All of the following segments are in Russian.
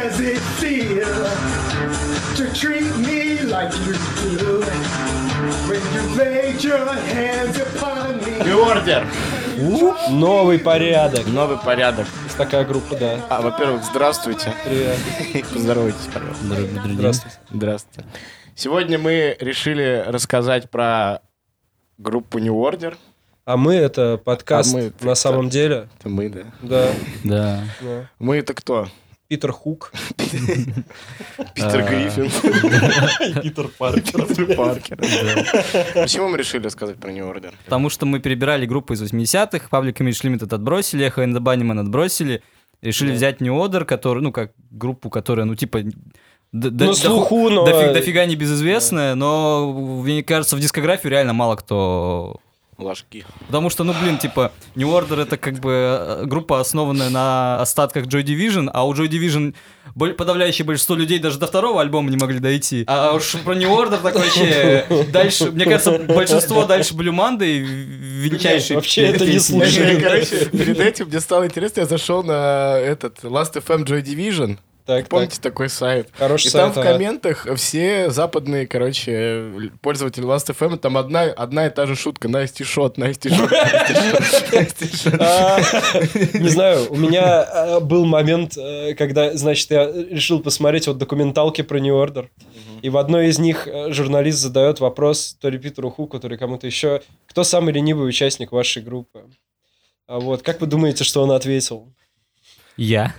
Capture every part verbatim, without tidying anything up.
does it feel to treat me like you do when you laid your hands upon me? New Order. Новый порядок. Новый порядок. Есть такая группа, да. А, во-первых, здравствуйте. Привет. Поздоровайтесь, пожалуйста. Здравствуйте. Здравствуйте. Сегодня мы решили рассказать про группу New Order. А мы это подкаст А мы- на самом деле. Это мы, да. Да. Да. да. Мы это кто? Питер Хук. Питер Гриффин. Питер Паркер. Питер Паркер. да. Почему мы решили рассказать про New Order? Потому что мы перебирали группу из восьмидесятых, Public Image Limited отбросили, Echo and the Bunnymen отбросили, решили Да. взять New Order, который, ну, как группу, которая, ну, типа... д- д- На доху- слуху, но... дофи- Дофига не безызвестная, но, мне кажется, в дискографию реально мало кто... Ложки. Потому что, ну, блин, типа, New Order — это как бы э, группа, основанная на остатках Joy Division, а у Joy Division боль- подавляющее большинство людей даже до второго альбома не могли дойти. А уж про New Order так вообще дальше, мне кажется, большинство дальше Blue Monday, величайшие Вообще это не песни. слушали. Короче, перед этим мне стало интересно, я зашел на этот Last эф эм Joy Division. Так, Помните так. такой сайт? Хороший И сайт, там в ага. комментах все западные, короче, пользователи Last эф эм, там одна, одна и та же шутка. Насти шот, Насти шот, Насти шот. А, Не знаю, у меня а, был момент, э, когда, значит, я решил посмотреть вот документалки про New Order. И в одной из них э, журналист задает вопрос то ли Питеру Хуку, то ли кому-то еще: кто самый ленивый участник вашей группы? А вот, как вы думаете, что он ответил? Я.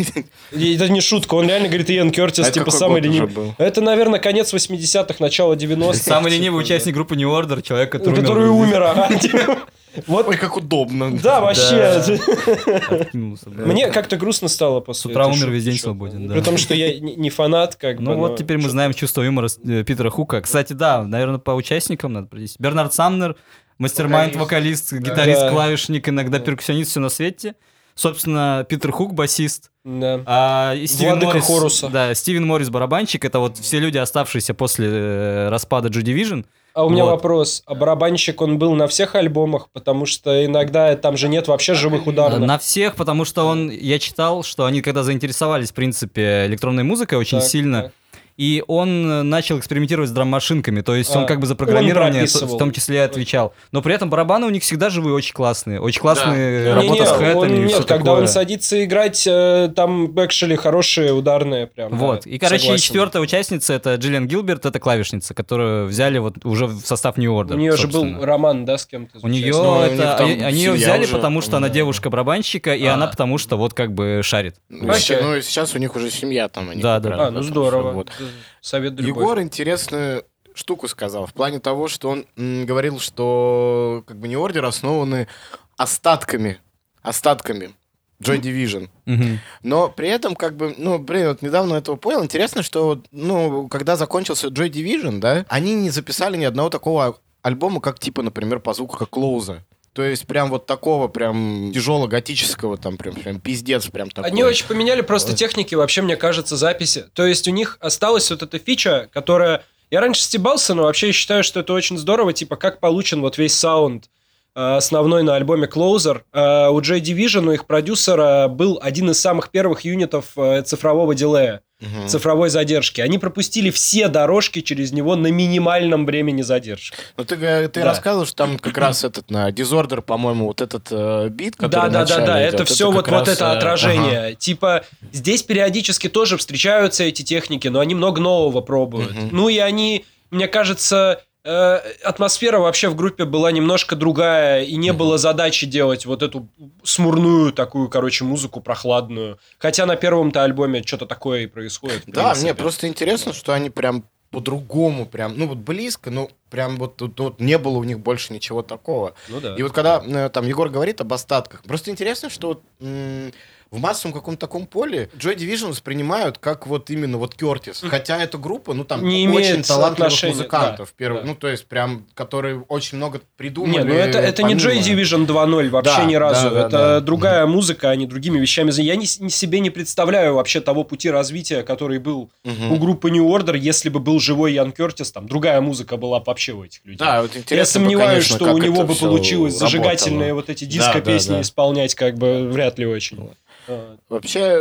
И это не шутка, он реально говорит: Иэн Кёртис, А это типа, какой самый год уже ленивый. был? Это, наверное, конец восьмидесятых, начало девяностых. Самый типа, ленивый да. участник группы New Order, человек, который, Который умер, ага. типа. Вот, Ой, как удобно. да, вообще. Откинулся, да. Мне как-то грустно стало С после утра этой умер, шутки, весь день чё-то. свободен, да. При том, что я не не фанат, как бы. Ну но вот теперь мы чё-то- знаем чувство юмора э, Питера Хука. Кстати, да, наверное, по участникам надо пройти. Бернард Самнер, мастер-майнд, вокалист, гитарист, Да. клавишник, иногда перкуссионист, все на свете. Собственно, Питер Хук, басист. Да. А, и Стивен Владыка Моррис, хоруса. Да, Стивен Моррис, барабанщик. Это вот все люди, оставшиеся после э, распада Joy Division. А у меня Вот. вопрос. А барабанщик, он был на всех альбомах? Потому что иногда там же нет вообще живых ударных. На всех, потому что он, я читал, что они когда заинтересовались, в принципе, электронной музыкой очень Так, сильно, так. и он э, начал экспериментировать с драм-машинками, то есть А, он как бы за он программирование прописывал. в том числе и отвечал. Но при этом барабаны у них всегда живые, очень классные, очень классные Да. работа Не-не, с он- хэтами и нет, всё когда такое. он садится играть, э, там экшели хорошие, ударные прям. Вот. да, И, короче, согласен. четвертая участница — это Джиллиан Гилберт, это клавишница, которую взяли вот уже в состав New Order. У нее же собственно. был роман, да, с кем-то? У нее Ну, у них это, там они, они ее семья взяли, уже, потому что она да. девушка-барабанщика, и А. она потому что вот как бы шарит. Ну, Окей. ща- ну, сейчас у них уже семья там. Они Да, как да. раз, А, ну так здорово. что вот. Совет любовь. Егор интересную штуку сказал. В плане того, что он м, говорил, что как бы New Order основаны остатками. Остатками. Joy Division. Мгм. Но при этом, как бы, ну, блин, вот недавно этого понял. Интересно, что, ну, когда закончился Joy Division, да, они не записали ни одного такого альбома, как, типа, например, по звуку, как Клоуза. То есть прям вот такого прям тяжело-готического, там прям, прям пиздец прям такой. Они очень поменяли просто техники, вообще, мне кажется, записи. То есть у них осталась вот эта фича, которая... Я раньше стебался, но вообще я считаю, что это очень здорово, типа, как получен вот весь саунд э, основной на альбоме Closer. Э, у Joy Division, у их продюсера, был один из самых первых юнитов э, цифрового дилея, Мгм. цифровой задержки. Они пропустили все дорожки через него на минимальном времени задержки. Ну, ты, га- ты Да. рассказывал, что там как раз этот на Disorder, по-моему, вот этот э, бит, который Да, да, да, вначале да, идет, это все как вот, раз, вот это э, отражение. ага. Типа, здесь периодически тоже встречаются эти техники, но они много нового пробуют. Мгм. Ну и они, мне кажется, э, атмосфера вообще в группе была немножко другая, и не было задачи делать вот эту смурную такую, короче, музыку прохладную. Хотя на первом-то альбоме что-то такое и происходит. в Да, принципе. мне просто интересно, что они прям по-другому, прям, ну вот близко, ну прям вот тут вот не было у них больше ничего такого. Ну да. И вот когда э, там Егор говорит об остатках, просто интересно, что вот, м, в массовом каком-то таком поле Joy Division воспринимают как вот именно вот Кёртис. Хотя эта группа, ну там Не очень имеет талантливых отношения, музыкантов. да, первых, да. ну то есть прям, которые очень много придумали. Не, ну это, это не помимо. Joy Division два ноль вообще Да, ни разу. да, да, это да. другая музыка, они другими вещами. Я не, с- не себе не представляю вообще того пути развития, который был Мгм. у группы New Order, если бы был живой Ян Кёртис, там другая музыка была бы вообще у этих людей. Да, вот Я интересно бы, сомневаюсь, конечно, что как у него это бы всё получилось работало. зажигательные вот эти Да, диско-песни да, да. исполнять, как бы вряд ли очень. А, Вообще,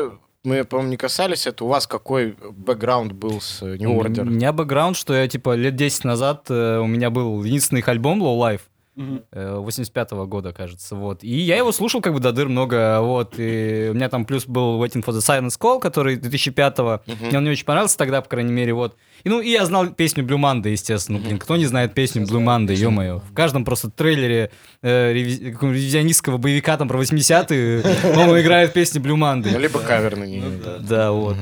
мы, по-моему, не касались, это у вас какой бэкграунд был с New У Order? меня бэкграунд, что я, типа, лет десять назад э, у меня был единственный их альбом Low Life. восемьдесят пятого года, кажется, вот. И я его слушал как бы до дыр много, вот. И у меня там плюс был Waiting for the Silence Call, который две тысячи пятого. Uh-huh. Мне он не очень понравился тогда, по крайней мере, вот. И, ну, и я знал песню Blue Monday, естественно. Uh-huh. Блин, кто не знает песню Blue Monday, ё-моё. В каждом просто трейлере э, реви- ревизионистского боевика там про восьмидесятые, по-моему, играет песни Blue Monday. Либо кавер на нее. Да, вот.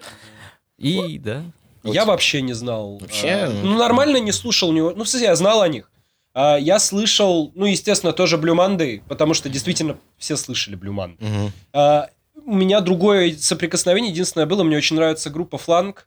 И, да. Я вообще не знал. Вообще? Ну, нормально не слушал него. Ну, кстати, я знал о них. А, я слышал, ну, естественно, тоже Blue Monday, потому что действительно все слышали Blue Monday. Мгм. А, у меня другое соприкосновение, единственное было, мне очень нравится группа Flank,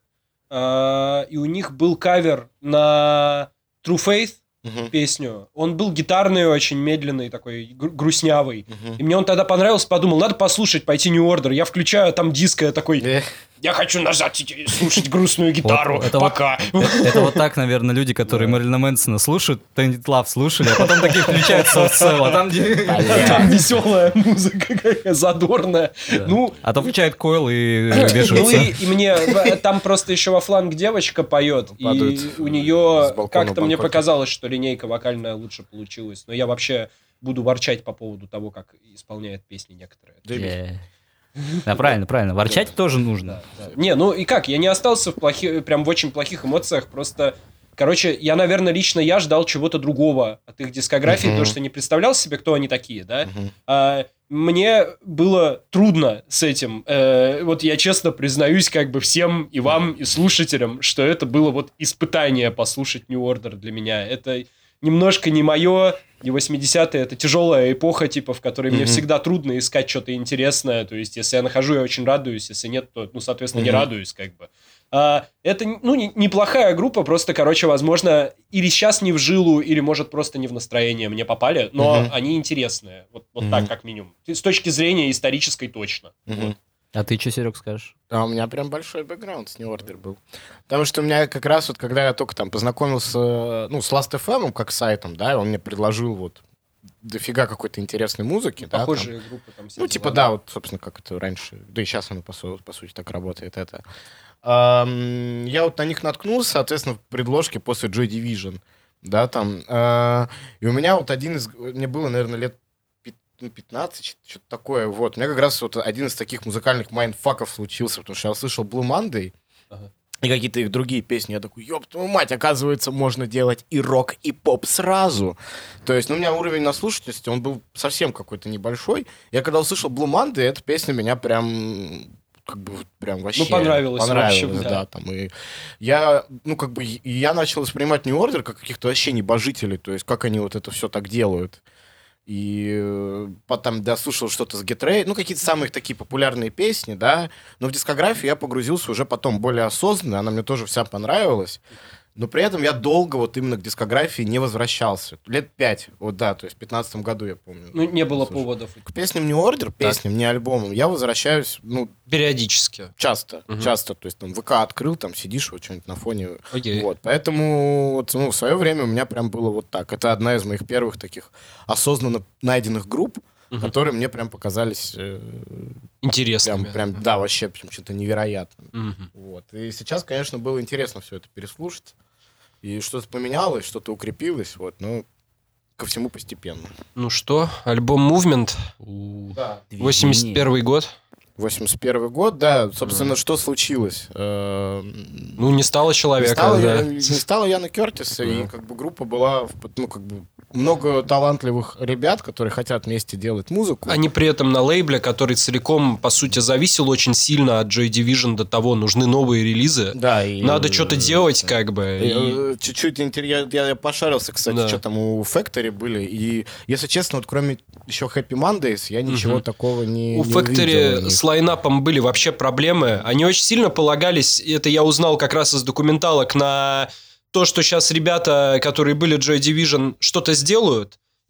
а, и у них был кавер на True Faith Мгм. песню. Он был гитарный, очень медленный, такой гру- грустнявый. Мгм. И мне он тогда понравился, подумал, надо послушать, пойти New Order. Я включаю там диско, я такой, Эх. я хочу нажать и слушать грустную гитару, Вот, это вот- пока. Это, это вот так, наверное, люди, которые Мэрилина Мэнсона слушают, Tainted Love слушали, а потом такие включают Soft Cell, а там, где- Там веселая музыка, какая задорная. Ну, а то включают Coil и ну вешаются. и, и мне в- там просто еще во фланг девочка поет, Падают и у с нее балкона как-то в мне Бангкоке. показалось, что линейка вокальная лучше получилась. Но я вообще буду ворчать по поводу того, как исполняет песни некоторые. Е. Да, правильно, правильно. Ворчать тоже нужно. Да. Не, ну и как, я не остался в плохих, прям в очень плохих эмоциях, просто, короче, я, наверное, лично я ждал чего-то другого от их дискографии, Мгм. потому что не представлял себе, кто они такие, да. Мгм. А, мне было трудно с этим. Э, вот я честно признаюсь как бы всем и вам, и слушателям, что это было вот испытание послушать New Order для меня. Это немножко не мое, не восьмидесятые, это тяжелая эпоха, типа, в которой мне Мгм. всегда трудно искать что-то интересное. То есть, если я нахожу, я очень радуюсь, если нет, то, ну, соответственно, не Мгм. радуюсь, как бы. А, это, ну, не- неплохая группа, просто, короче, возможно, или сейчас не в жилу, или, может, просто не в настроение мне попали, но Мгм. они интересные. Вот, вот Мгм. так, как минимум. С точки зрения исторической точно. Мгм. А ты что, Серег, скажешь? А у меня прям большой бэкграунд с New Order был. Потому что у меня как раз вот, когда я только там познакомился, ну, с Last эф эм как сайтом, да, и он мне предложил вот дофига какой-то интересной музыки, да, там. Похожие группы там все Ну, типа, дела. да, вот, собственно, как это раньше, да и сейчас оно, по, су- по сути, так работает, это. Ам, я вот на них наткнулся, соответственно, в предложке после Joy Division, да, там, а, и у меня вот один из, мне было, наверное, лет пи- ну, пятнадцать, что-то такое, вот, у меня как раз вот один из таких музыкальных майндфаков случился, потому что я услышал Blue Monday, Ага. и какие-то их другие песни. Я такой, ёб твою мать, оказывается, можно делать и рок, и поп сразу. То есть, ну, у меня уровень наслушательности, он был совсем какой-то небольшой. Я когда услышал Blue Monday, эта песня меня прям... как бы вот прям вообще Ну, понравилось, понравилось, в общем, да. да. Там, и я, ну, как бы, и я начал воспринимать New Order как каких-то вообще небожителей, то есть, как они вот это все так делают. И э, потом дослушал что-то с Get Ready, ну, какие-то самые такие популярные песни, да, но в дискографию я погрузился уже потом более осознанно, она мне тоже вся понравилась, но при этом я долго вот именно к дискографии не возвращался. Лет пять, вот да, то есть в пятнадцатом году, я помню. Ну, не было Слушай, поводов. К песням New Order, песням, не альбомам, я возвращаюсь, ну, Периодически. часто, Мгм. часто, то есть там ВК открыл, там сидишь, вот что-нибудь на фоне, Окей. вот, поэтому вот, ну, в свое время у меня прям было вот так. Это одна из моих первых таких осознанно найденных групп, Мгм. которые мне прям показались э, Интересно. прям, прям, да, вообще прям что-то невероятным. Мгм. Вот. И сейчас, конечно, было интересно все это переслушать. И что-то поменялось, что-то укрепилось, вот, но ко всему постепенно. Ну что, альбом Movement, Да. восемьдесят первый год. восемьдесят первый год, да, собственно, что случилось? Э, Ну, не стало Не человека. стало, да. я- не стало Яна Кертиса, и Да. как бы группа была, в- ну, как бы, много талантливых ребят, которые хотят вместе делать музыку. Они при этом на лейбле, который целиком, по сути, зависел очень сильно от Joy Division до того, нужны новые релизы. Да, и, Надо что-то э, делать, как бы. и, и- э, Чуть-чуть интерьер, я, я пошарился, кстати, Да. что там у Factory были, и, если честно, вот кроме еще Happy Mondays, я ничего Мгм. такого не, У не увидел Factory у них. с лайнапом были вообще проблемы. Они очень сильно полагались, и это я узнал как раз из документалок, на то, что сейчас ребята, которые были Joy Division, что-то сделают, и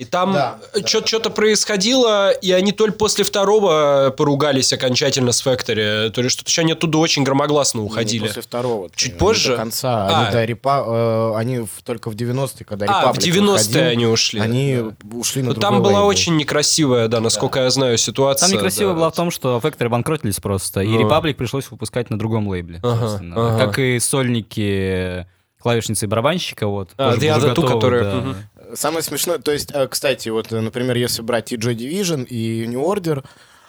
И там Да, что- да, что-то происходило, и они только после второго поругались окончательно с Factory. То есть что-то еще они оттуда очень громогласно уходили. Не, после второго. Чуть Они позже? До конца. А. Они, до Репа- э, они в- только в девяностые, когда А, Republic в девяностые выходил, они ушли. Они Да. ушли на Ну, другой там была лейбл. очень некрасивая, да, насколько я знаю, ситуация. Там некрасиво да. было в том, что Factory банкротились просто, и Ну. Republic пришлось выпускать на другом лейбле, Ага, собственно. ага. Как и сольники клавишницы и барабанщика, вот. А, тоже The уже Other Two, готовы, которые- да. мгм. Самое смешное, то есть, э, кстати, вот, э, например, если брать и Joy Division, и New Order,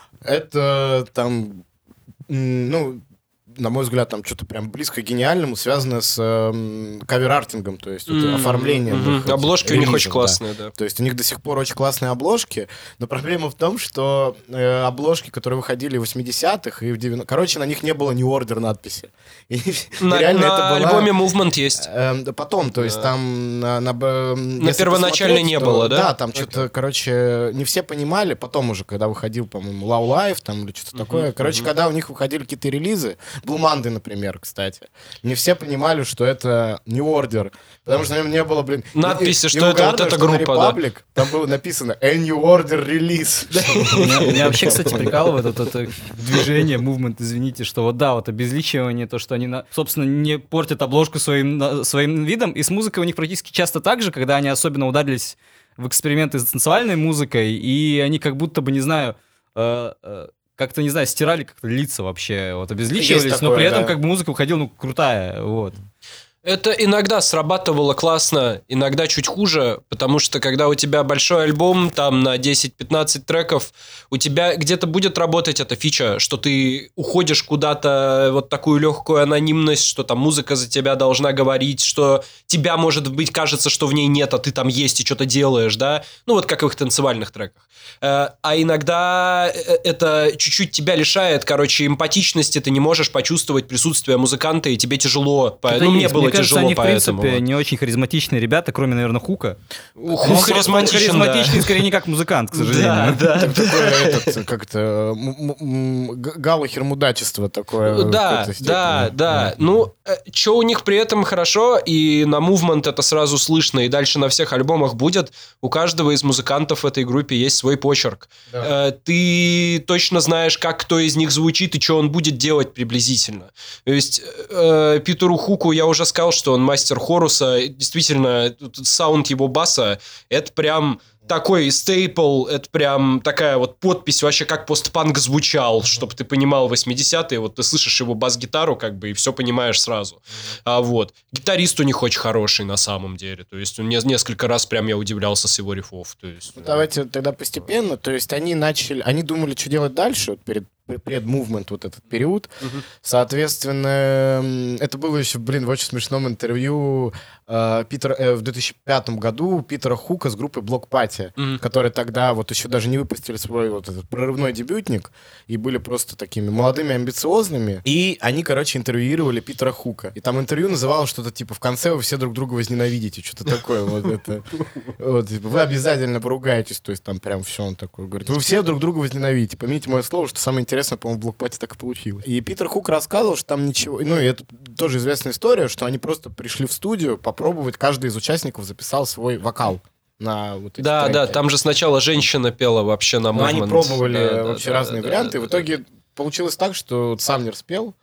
это там, м, ну, на мой взгляд, там что-то прям близко к гениальному, связано с эм, кавер-артингом, то есть вот, М, оформлением. мгм. их, Обложки у них релизов, очень да. классные, да. То есть у них до сих пор очень классные обложки, но проблема в том, что э, обложки, которые выходили в восьмидесятых и в девяностых, короче, на них не было New Order надписи. И, На, и реально на это была... альбоме Movement есть. Эм, да потом, то есть Да. там на, на, б- На если первоначальной посмотреть, не то- было, да? Да, там что-то, короче, не все понимали. Потом уже, когда выходил, по-моему, Low Life там или что-то такое. Короче, когда у них выходили какие-то релизы, Blue Monday, например, кстати, не все понимали, что это New Order, потому что на нем не было, блин... Надписи, и- и что это угарно, вот эта что на группа, да. Republic там было написано A New Order Release. Меня, меня вообще, кстати, прикалывает вот это движение, мувмент, извините, что вот да, вот обезличивание, то, что они, на- собственно, не портят обложку своим, на- своим видом, и с музыкой у них практически часто так же, когда они особенно ударились в эксперименты с танцевальной музыкой, и они как будто бы, не знаю, э, э, как-то, не знаю, стирали как-то лица вообще, вот обезличивались, Есть но такое, при этом да. как бы музыка выходила, ну, крутая, вот. Это иногда срабатывало классно, иногда чуть хуже, потому что когда у тебя большой альбом, там на десять-пятнадцать треков, у тебя где-то будет работать эта фича, что ты уходишь куда-то, вот такую легкую анонимность, что там музыка за тебя должна говорить, что тебя, может быть, кажется, что в ней нет, а ты там есть и что-то делаешь, да? Ну вот как в их танцевальных треках. Э, А иногда э, это чуть-чуть тебя лишает, короче, эмпатичности, ты не можешь почувствовать присутствие музыканта, и тебе тяжело. По- Это Ну, и мне есть. было Мне кажется, тяжело они, в поэтому. принципе, вот. не очень харизматичные ребята, кроме, наверное, Хука. Хук Он харизматичен, харизматичный, да. скорее, не как музыкант, к сожалению. Да, Так такое, этот, как-то, м- м- м- галлахер-мудачество такое. в Да, какой-то степени. да, да. Ну, что у них при этом хорошо, и на Movement это сразу слышно, и дальше на всех альбомах будет, у каждого из музыкантов в этой группе есть свой почерк. Да. Э, Ты точно знаешь, как кто из них звучит и что он будет делать приблизительно. То есть э, Питеру Хуку я уже сказал, что он мастер хоруса. Действительно, тут саунд его баса — это прям... такой стейпл, это прям такая вот подпись вообще, как постпанк звучал, чтобы ты понимал восьмидесятые, вот ты слышишь его бас-гитару, как бы, и все понимаешь сразу. А вот. Гитарист у них очень хороший на самом деле, то есть он не- несколько раз прям я удивлялся с его рифов, то есть... Ну, давайте тогда постепенно. То есть они начали, они думали, что делать дальше, вот перед предмувмент вот этот период. Соответственно, м, это было еще, блин, в очень смешном интервью э, Питер, э, в две тысячи пятом году Питера Хука с группой Block Party, Мгм. которые тогда вот еще даже не выпустили свой вот этот прорывной дебютник и были просто такими молодыми, амбициозными. И они, короче, интервьюировали Питера Хука. И там интервью называлось что-то типа «В конце вы все друг друга возненавидите», что-то такое. Вот это. Вот, типа, вы обязательно поругаетесь, то есть там прям все он такой говорит. Вы все друг друга возненавидите. Помните мое слово, что самое интересное, по-моему, в Блокпате так и получилось. И Питер Хук рассказывал, что там ничего... Ну, и это тоже известная история, что они просто пришли в студию попробовать, каждый из участников записал свой вокал на вот эти Да, треки. да, там же сначала женщина пела вообще на Ну, они Movement. пробовали Да, да, вообще да, разные да, варианты, да, и в да. итоге получилось так, что вот Самнер спел,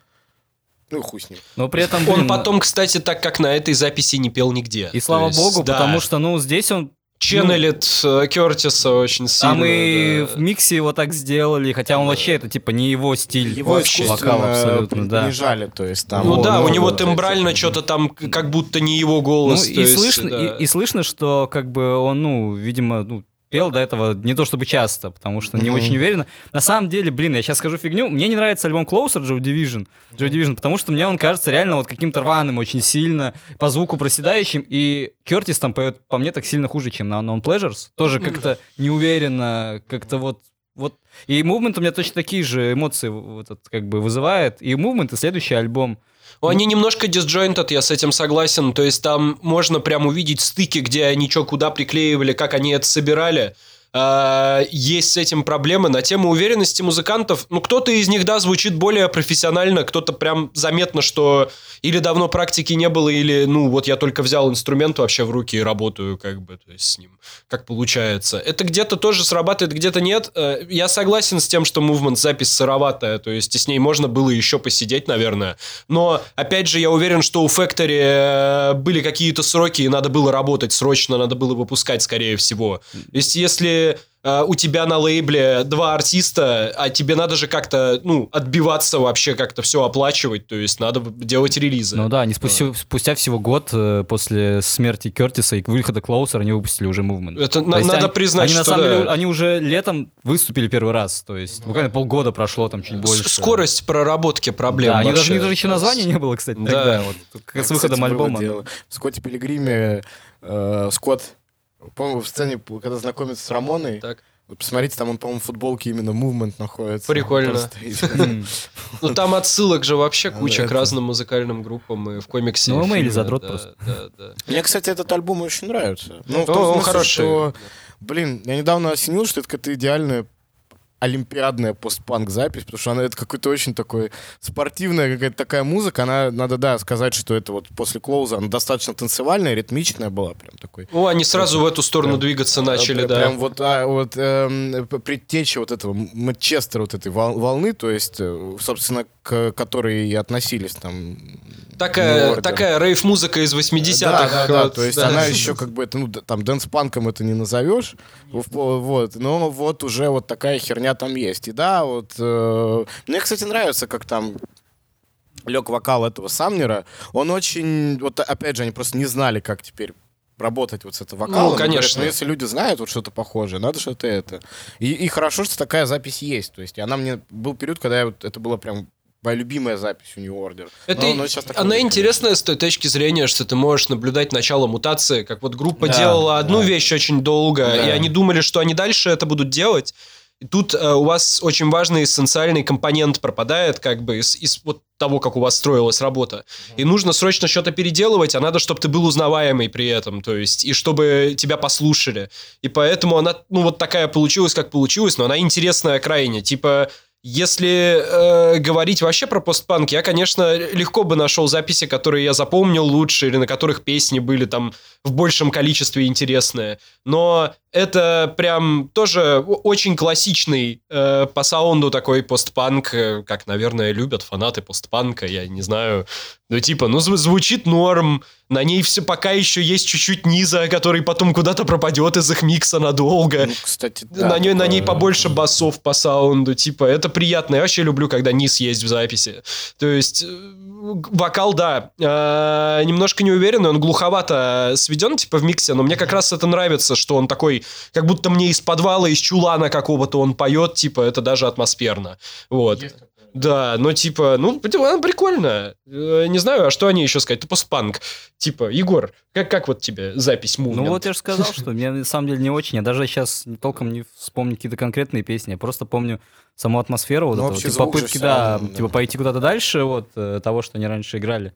ну и хуй с ним. Но при этом, Он блин, потом, кстати, так как на этой записи не пел нигде. и слава То есть, богу, да, потому что, ну, здесь он ченнелит э, Кертиса очень сильно. там и да. в миксе его так сделали, хотя он вообще, это типа не его стиль. Его вообще. искусственно Вокал абсолютно, да. принижали, то есть там... Ну Вот, да, ну, у него вот тембрально эти- что-то там к- как будто не его Ну, голос. и, то есть, слышно, да. и, и слышно, что как бы он, ну, видимо, ну, пел до этого не то чтобы часто, потому что не Мгм. очень уверенно. На самом деле, блин, я сейчас скажу фигню, мне не нравится альбом Closer Joy Division, Joy Division, потому что мне он кажется реально вот каким-то рваным очень сильно, по звуку проседающим, и Кертис там поет по мне так сильно хуже, чем на Non Pleasures, тоже как-то неуверенно, как-то вот вот. И Movement у меня точно такие же эмоции вот, это, как бы вызывает. И Movement, и следующий альбом. Ну, Они немножко disjointed, я с этим согласен. То есть там можно прям увидеть стыки, где они что, куда приклеивали, как они это собирали. э, есть с этим проблемы. На тему уверенности музыкантов, ну, кто-то из них, да, звучит более профессионально, кто-то прям заметно, что или давно практики не было, или, ну, вот я только взял инструмент вообще в руки и работаю, как бы, то есть с ним, как получается. Это где-то тоже срабатывает, где-то нет. Я согласен с тем, что Movement запись сыроватая, то есть и с ней можно было еще посидеть, наверное. Но, опять же, я уверен, что у Factory были какие-то сроки, и надо было работать срочно, надо было выпускать, скорее всего. То есть если... Uh, у тебя на лейбле два артиста, а тебе надо же как-то, ну, отбиваться вообще, как-то все оплачивать, то есть надо делать релизы. Ну да, они спустя, yeah. спустя всего год э, после смерти Кертиса и выхода Closer они выпустили уже Movement. Это на, надо они, признать, они, что на самом да. деле, они уже летом выступили первый раз, то есть буквально полгода прошло, там чуть больше. Скорость проработки проблем. Да, они даже, вообще. даже еще названия не было, кстати, да. тогда, вот, как с выходом альбома. В Скотте Пилигриме э, Скотт, по-моему, в сцене, когда знакомится с Рамоной, так. Посмотрите, там он, по-моему, в футболке именно Movement находится. Прикольно. Ну, там отсылок же вообще куча к разным музыкальным группам и в комиксе. Ну, мы или задрот просто. Мне, кстати, этот альбом очень нравится. Ну, в том смысле, хороший. Блин, я недавно осенил, что это какая-то идеальная олимпиадная постпанк-запись, потому что она это какой-то очень такой спортивная какая-то такая музыка. Она, надо, да, сказать, что это вот после Клоуза она достаточно танцевальная, ритмичная была, прям такой. О, они сразу в эту сторону прям, двигаться начали, прям, да. Прям вот, а, вот эм, предтеча вот этого Манчестера, вот этой волны, то есть, собственно, к которой и относились там... Такая, такая рейв-музыка из восьмидесятых. Да, да, да, вот, то есть да. Она еще как бы, это, ну, там, дэнс-панком это не назовешь, вот, но вот уже вот такая херня там есть. И да, вот, э, мне, кстати, нравится, как там лег вокал этого Самнера, он очень, вот опять же, они просто не знали, как теперь работать вот с этим вокалом. Ну, конечно. Говорят, ну, если люди знают вот что-то похожее, надо что-то это. И, и хорошо, что такая запись есть, то есть она мне, был период, когда я, вот, это было прям моя любимая запись у New Order. Это, но, но она интересная с той точки зрения, что ты можешь наблюдать начало мутации, как вот группа да, делала одну да. вещь очень долго, да. и они думали, что они дальше это будут делать. И тут э, у вас очень важный эссенциальный компонент пропадает, как бы, из, из вот того, как у вас строилась работа. И нужно срочно что-то переделывать, а надо, чтобы ты был узнаваемый при этом, то есть, и чтобы тебя послушали. И поэтому она, ну, вот такая получилась, как получилась, но она интересная крайне. Типа, если э, говорить вообще про постпанк, я, конечно, легко бы нашел записи, которые я запомнил лучше, или на которых песни были там в большем количестве интересные. Но это прям тоже очень классичный э, по саунду такой постпанк, э, как, наверное, любят фанаты постпанка, я не знаю. Ну, типа, ну, зв- звучит норм, на ней все пока еще есть чуть-чуть низа, который потом куда-то пропадет из их микса надолго. Ну, кстати, да. На ней, на ней побольше басов по саунду, типа, это приятно. Я вообще люблю, когда низ есть в записи. То есть, вокал, да, э, немножко неуверенный, он глуховато сведен, типа, в миксе, но мне как раз это нравится, что он такой, как будто мне из подвала, из чулана какого-то он поет, типа, это даже атмосферно. Вот. Да, но типа, ну, прикольно. Не знаю, а что они еще сказать? Это постпанк. Типа, Егор, как, как вот тебе запись Movement? Ну вот я же сказал, что мне на самом деле не очень. Я даже сейчас толком не вспомню какие-то конкретные песни. Я просто помню саму атмосферу, вот ну, это, типа, попытки, да, да, типа пойти куда-то дальше вот того, что они раньше играли.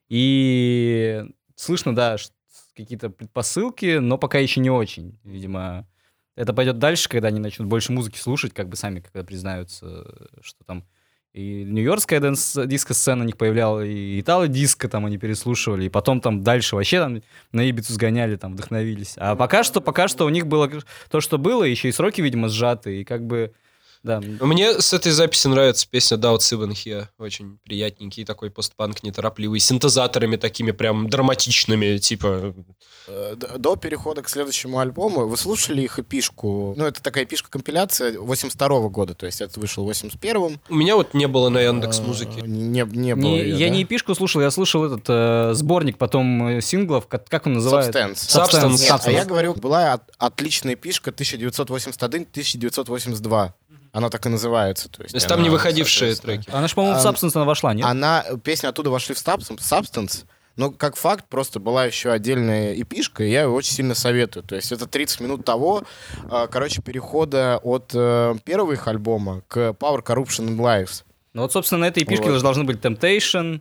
И слышно, да, какие-то предпосылки, но пока еще не очень. Видимо, это пойдет дальше, когда они начнут больше музыки слушать, как бы сами когда признаются, что там и нью-йоркская дэнс-диско-сцена у них появлялась, и итало-диско там они переслушивали, и потом там дальше вообще там на Ибицу сгоняли, там вдохновились. А пока что, пока что у них было то, что было, еще и сроки, видимо, сжаты, и как бы, да. Мне с этой записи нравится песня Doubts Even Here, очень приятненький такой постпанк неторопливый, с синтезаторами такими прям драматичными, типа... До перехода к следующему альбому вы слушали их эпишку? Ну, это такая эпишка-компиляция восемьдесят второго года, то есть это вышел в восемьдесят первом. У меня вот не было на Яндекс.Музыке. Не, не было не, ее, Я да? не эпишку слушал, я слушал этот э, сборник потом синглов, как, как он называется? Substance. Substance. Нет, Substance. А я говорю, была от, отличная эпишка тысяча девятьсот восемьдесят один - тысяча девятьсот восемьдесят два. Она так и называется. То есть, то есть там не выходившие треки. Она же, по-моему, в Substance она вошла, нет? Она, песни оттуда вошли в Substance, но как факт просто была еще отдельная эпишка, и я ее очень сильно советую. То есть это тридцать минут того, короче, перехода от первого их альбома к Power, Corruption and Lives. Ну вот, собственно, на этой эпишке Вот. должны быть Temptation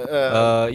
э,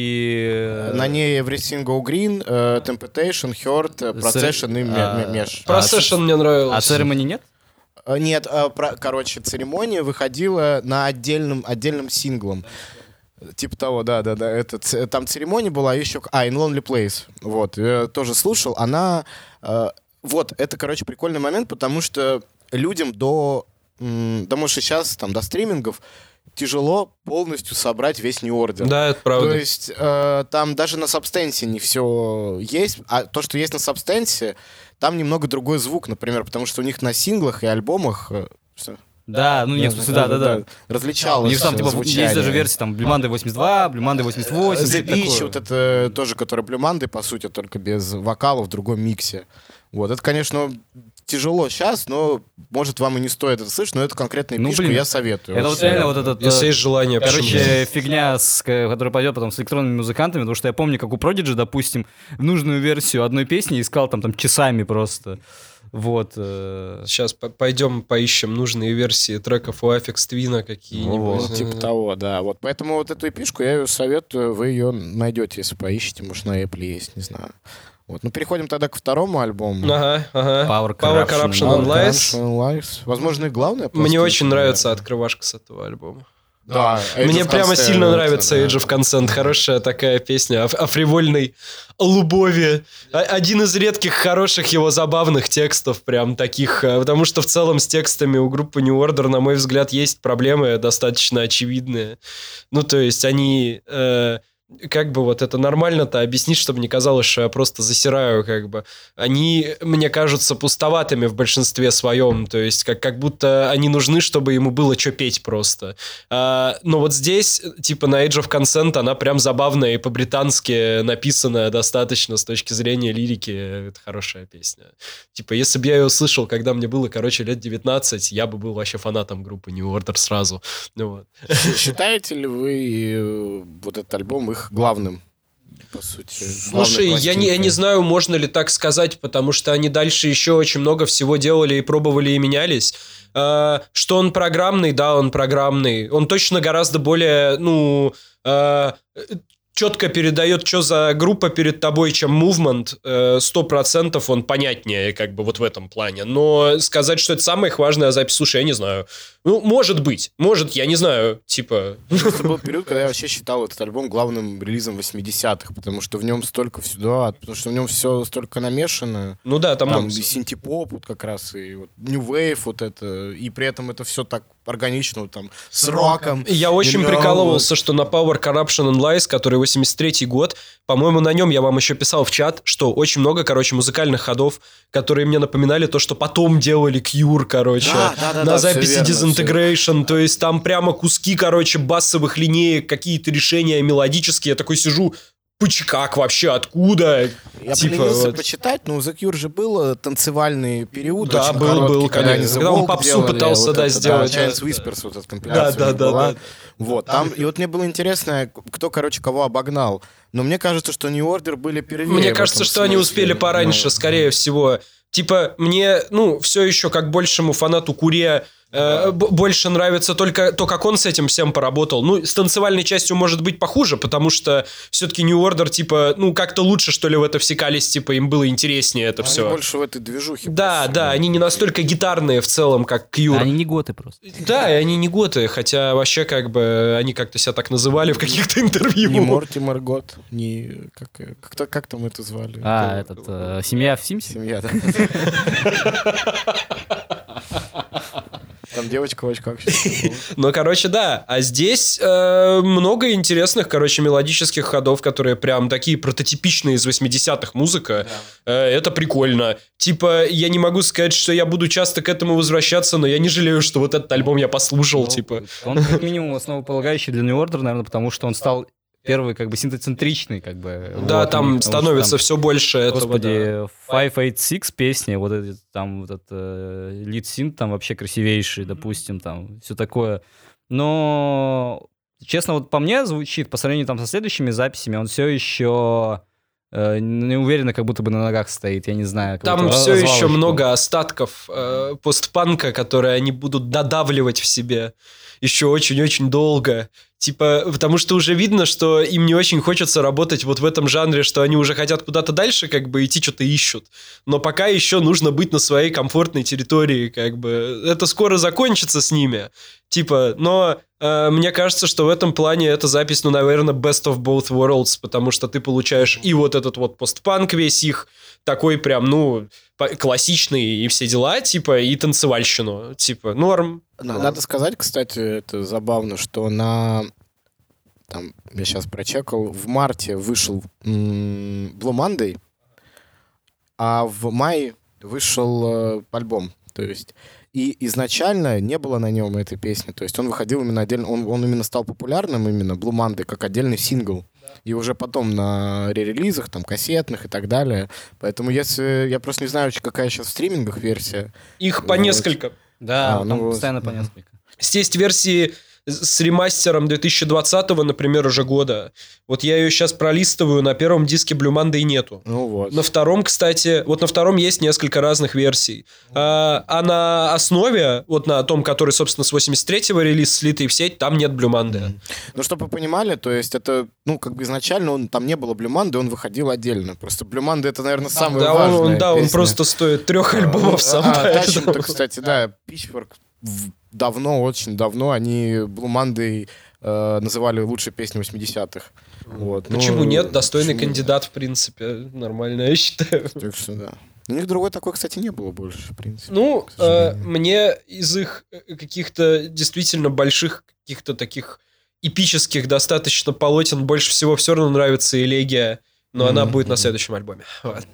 и... На ней Everything Go Green, э, Temptation, Hurt, э, Procession и а, Ме- Mesh. а, Procession мне А нравился. Ceremony нет? Э, Нет, э, про- короче, церемония выходила на отдельном, отдельным синглом. Типа того, да-да-да. Это, ц- там церемония была еще... к- А, In Lonely Place. Вот, я тоже слушал. Она... э, вот, это, короче, прикольный момент, потому что людям до... м, Да, может, и сейчас, там, до стримингов тяжело полностью собрать весь New Order. Да, это правда. То есть э, там даже на Substance не все есть, а то, что есть на Substance, там немного другой звук, например, потому что у них на синглах и альбомах э, что? Да, ну нет, в смысле, да, да, да. У различалось них там, типа, звучание. есть даже версии, там, Blue Monday восемьдесят два, Blue Monday восемьдесят восемь. The что-то Beach, такое. вот это тоже, который Blue Monday, по сути, только без вокала в другом миксе. Вот, это, конечно, тяжело сейчас, но, может, вам и не стоит это слышать, но это конкретная Ну, пишка, блин, я советую. Это вот вообще. реально вот этот... Если э, есть желание, почему нет? Короче, фигня, с, к- которая пойдет потом с электронными музыкантами, потому что я помню, как у Prodigy, допустим, нужную версию одной песни искал там, там часами просто. Вот. э, Сейчас по- пойдем поищем нужные версии треков у Aphex Twin какие-нибудь. Вот, типа того, да. Вот поэтому вот эту эпишку я ее советую, вы ее найдете, если поищете, может, на Apple есть, не знаю. Вот. Ну, переходим тогда к второму альбому. Ага, ага. Power Power Corruption Corruption and and Lies. Corruption and Lies. Возможно, и главное. Мне очень нравится открывашка с этого альбома. Да, Age Мне of прямо Consent, сильно да, нравится да. Age of Consent. Хорошая такая песня о, о фривольной любови. А- Один из редких хороших его забавных текстов, прям таких. э, Потому что в целом с текстами у группы New Order, на мой взгляд, есть проблемы достаточно очевидные. Ну, то есть они... э, как бы вот это нормально-то объяснить, чтобы не казалось, что я просто засираю, как бы. Они, мне кажутся, пустоватыми в большинстве своем, то есть как, как будто они нужны, чтобы ему было что петь просто. А, но вот здесь, типа на Age of Consent, она прям забавная и по-британски написанная достаточно с точки зрения лирики. Это хорошая песня. Типа, если бы я ее услышал, когда мне было, короче, лет девятнадцать, я бы был вообще фанатом группы New Order сразу. Ну, вот. Щ- Считаете ли вы э, вот этот альбом их главным, по сути? Слушай, главной я не, я не пластинкой? знаю, можно ли так сказать, потому что они дальше еще очень много всего делали и пробовали и менялись. Э, что он программный, да, он программный. Он точно гораздо более, ну, э, четко передает, что за группа перед тобой, чем Movement. Сто процентов он понятнее, как бы вот в этом плане. Но сказать, что это самая их важная запись, слушай, я не знаю. Ну, может быть, может, я не знаю, типа... Это был период, когда я вообще считал этот альбом главным релизом восьмидесятых, потому что в нем столько всего, да, потому что в нем все столько намешано. Ну да, там... Там он- и синтепоп вот как раз, и вот New Wave вот это, и при этом это все так органично, вот там, с роком. Я очень И прикалывался, что на Power Corruption and Lies, который восемьдесят третий год, по-моему, на нем я вам еще писал в чат, что очень много, короче, музыкальных ходов, которые мне напоминали то, что потом делали Cure, короче, Да, да, да, на да, всё записи верно, Disintegration, то есть там прямо куски, короче, басовых линеек, какие-то решения мелодические, я такой сижу, пыч, как вообще, откуда? Я Типа, поленился вот. почитать, но у The Cure же был танцевальный период. Да, очень был, короткий, был, когда они конечно. The Когда он Walk попсу делали, пытался, вот да, это, сделать, Giants да. Whispers, вот эта компиляция Да, у да, них да, была. да. Вот, там, и вот мне было интересно, кто, короче, кого обогнал. Но мне кажется, что New Order были первее. Мне в кажется, этом что они смысле. успели пораньше, Ну, скорее всего. Типа, мне, ну, все еще как большему фанату Куре э, б- больше нравится только то, как он с этим всем поработал. Ну, с танцевальной частью может быть похуже, потому что все-таки New Order, типа, ну, как-то лучше, что ли, в это всекались, типа, им было интереснее это они все. больше в этой движухе. Да, просто. да, они не настолько гитарные в целом, как Кьюр. Они не готы просто. Да, и они не готы, хотя вообще как бы они как-то себя так называли в каких-то интервью. Не Мортимер Гот, не... Как, как, как, как там это звали? А, Это- этот, э, семья в Симсе? Семья, да. Там девочка в очках. Ну, короче, да. А здесь э, много интересных, короче, мелодических ходов, которые прям такие прототипичные из восьмидесятых музыка. Э, это прикольно. Типа, я не могу сказать, что я буду часто к этому возвращаться, но я не жалею, что вот этот альбом я послушал, типа. Он как минимум основополагающий для New Order, наверное, потому что он стал первый как бы синтоцентричный, как бы. Да, вот, там потому что становится там, все больше этого. да. Господи, пятьсот восемьдесят шесть песни, вот эти, там вот этот э, лид-синт там вообще красивейший, допустим, там все такое. Но, честно, вот по мне звучит, по сравнению там со следующими записями, он все еще э, не уверенно, как будто бы на ногах стоит, я не знаю. как Там будто все развалочку. еще много остатков э, постпанка, которые они будут додавливать в себе еще очень-очень долго. Типа, потому что уже видно, что им не очень хочется работать вот в этом жанре, что они уже хотят куда-то дальше как бы идти, что-то ищут. Но пока еще нужно быть на своей комфортной территории, как бы. Это скоро закончится с ними. Типа, но э, мне кажется, что в этом плане эта запись, ну, наверное, best of both worlds, потому что ты получаешь и вот этот вот постпанк весь их, такой прям, ну, классичный и все дела, типа, и танцевальщину. Типа, норм. Надо сказать, кстати, это забавно, что на... Там, я сейчас прочекал, в марте вышел м- Blue Monday, а в мае вышел э, альбом. То есть, и изначально не было на нем этой песни. То есть он выходил именно отдельно, он, он именно стал популярным, именно Blue Monday, как отдельный сингл. И уже потом на ререлизах, там, кассетных и так далее. Поэтому если... Я просто не знаю, какая сейчас в стримингах версия. Их по Вот. несколько. Да, А, там ну вот. постоянно по несколько. Есть версии с ремастером две тысячи двадцатого, например, уже года. Вот я ее сейчас пролистываю, на первом диске Blue Monday нету. Ну вот. На втором, кстати, вот на втором есть несколько разных версий. А, а на основе, вот на том, который, собственно, с восемьдесят третьего релиз, слитый в сеть, там нет Blue Monday. Ну, чтобы вы понимали, то есть это, ну, как бы изначально он, там не было Blue Monday, он выходил отдельно. Просто Blue Monday это, наверное, самая Да, он, важная он- да, он песня. просто стоит трех альбомов сам. А, поэтому. Тачем-то, кстати, да, Pitchfork в- давно, очень давно, они Blue Monday э, называли лучшей песней восьмидесятых. Вот. ну, Почему нет? Достойный почему кандидат, в принципе, нормально, я считаю. нет? Так что да. У них другой такой, кстати, не было больше, в принципе. Ну, к э, сожалению. мне из их э, каких-то действительно больших, каких-то таких эпических достаточно полотен больше всего все равно нравится «Элегия», но она Мгм, будет на мгм. следующем альбоме. Вот.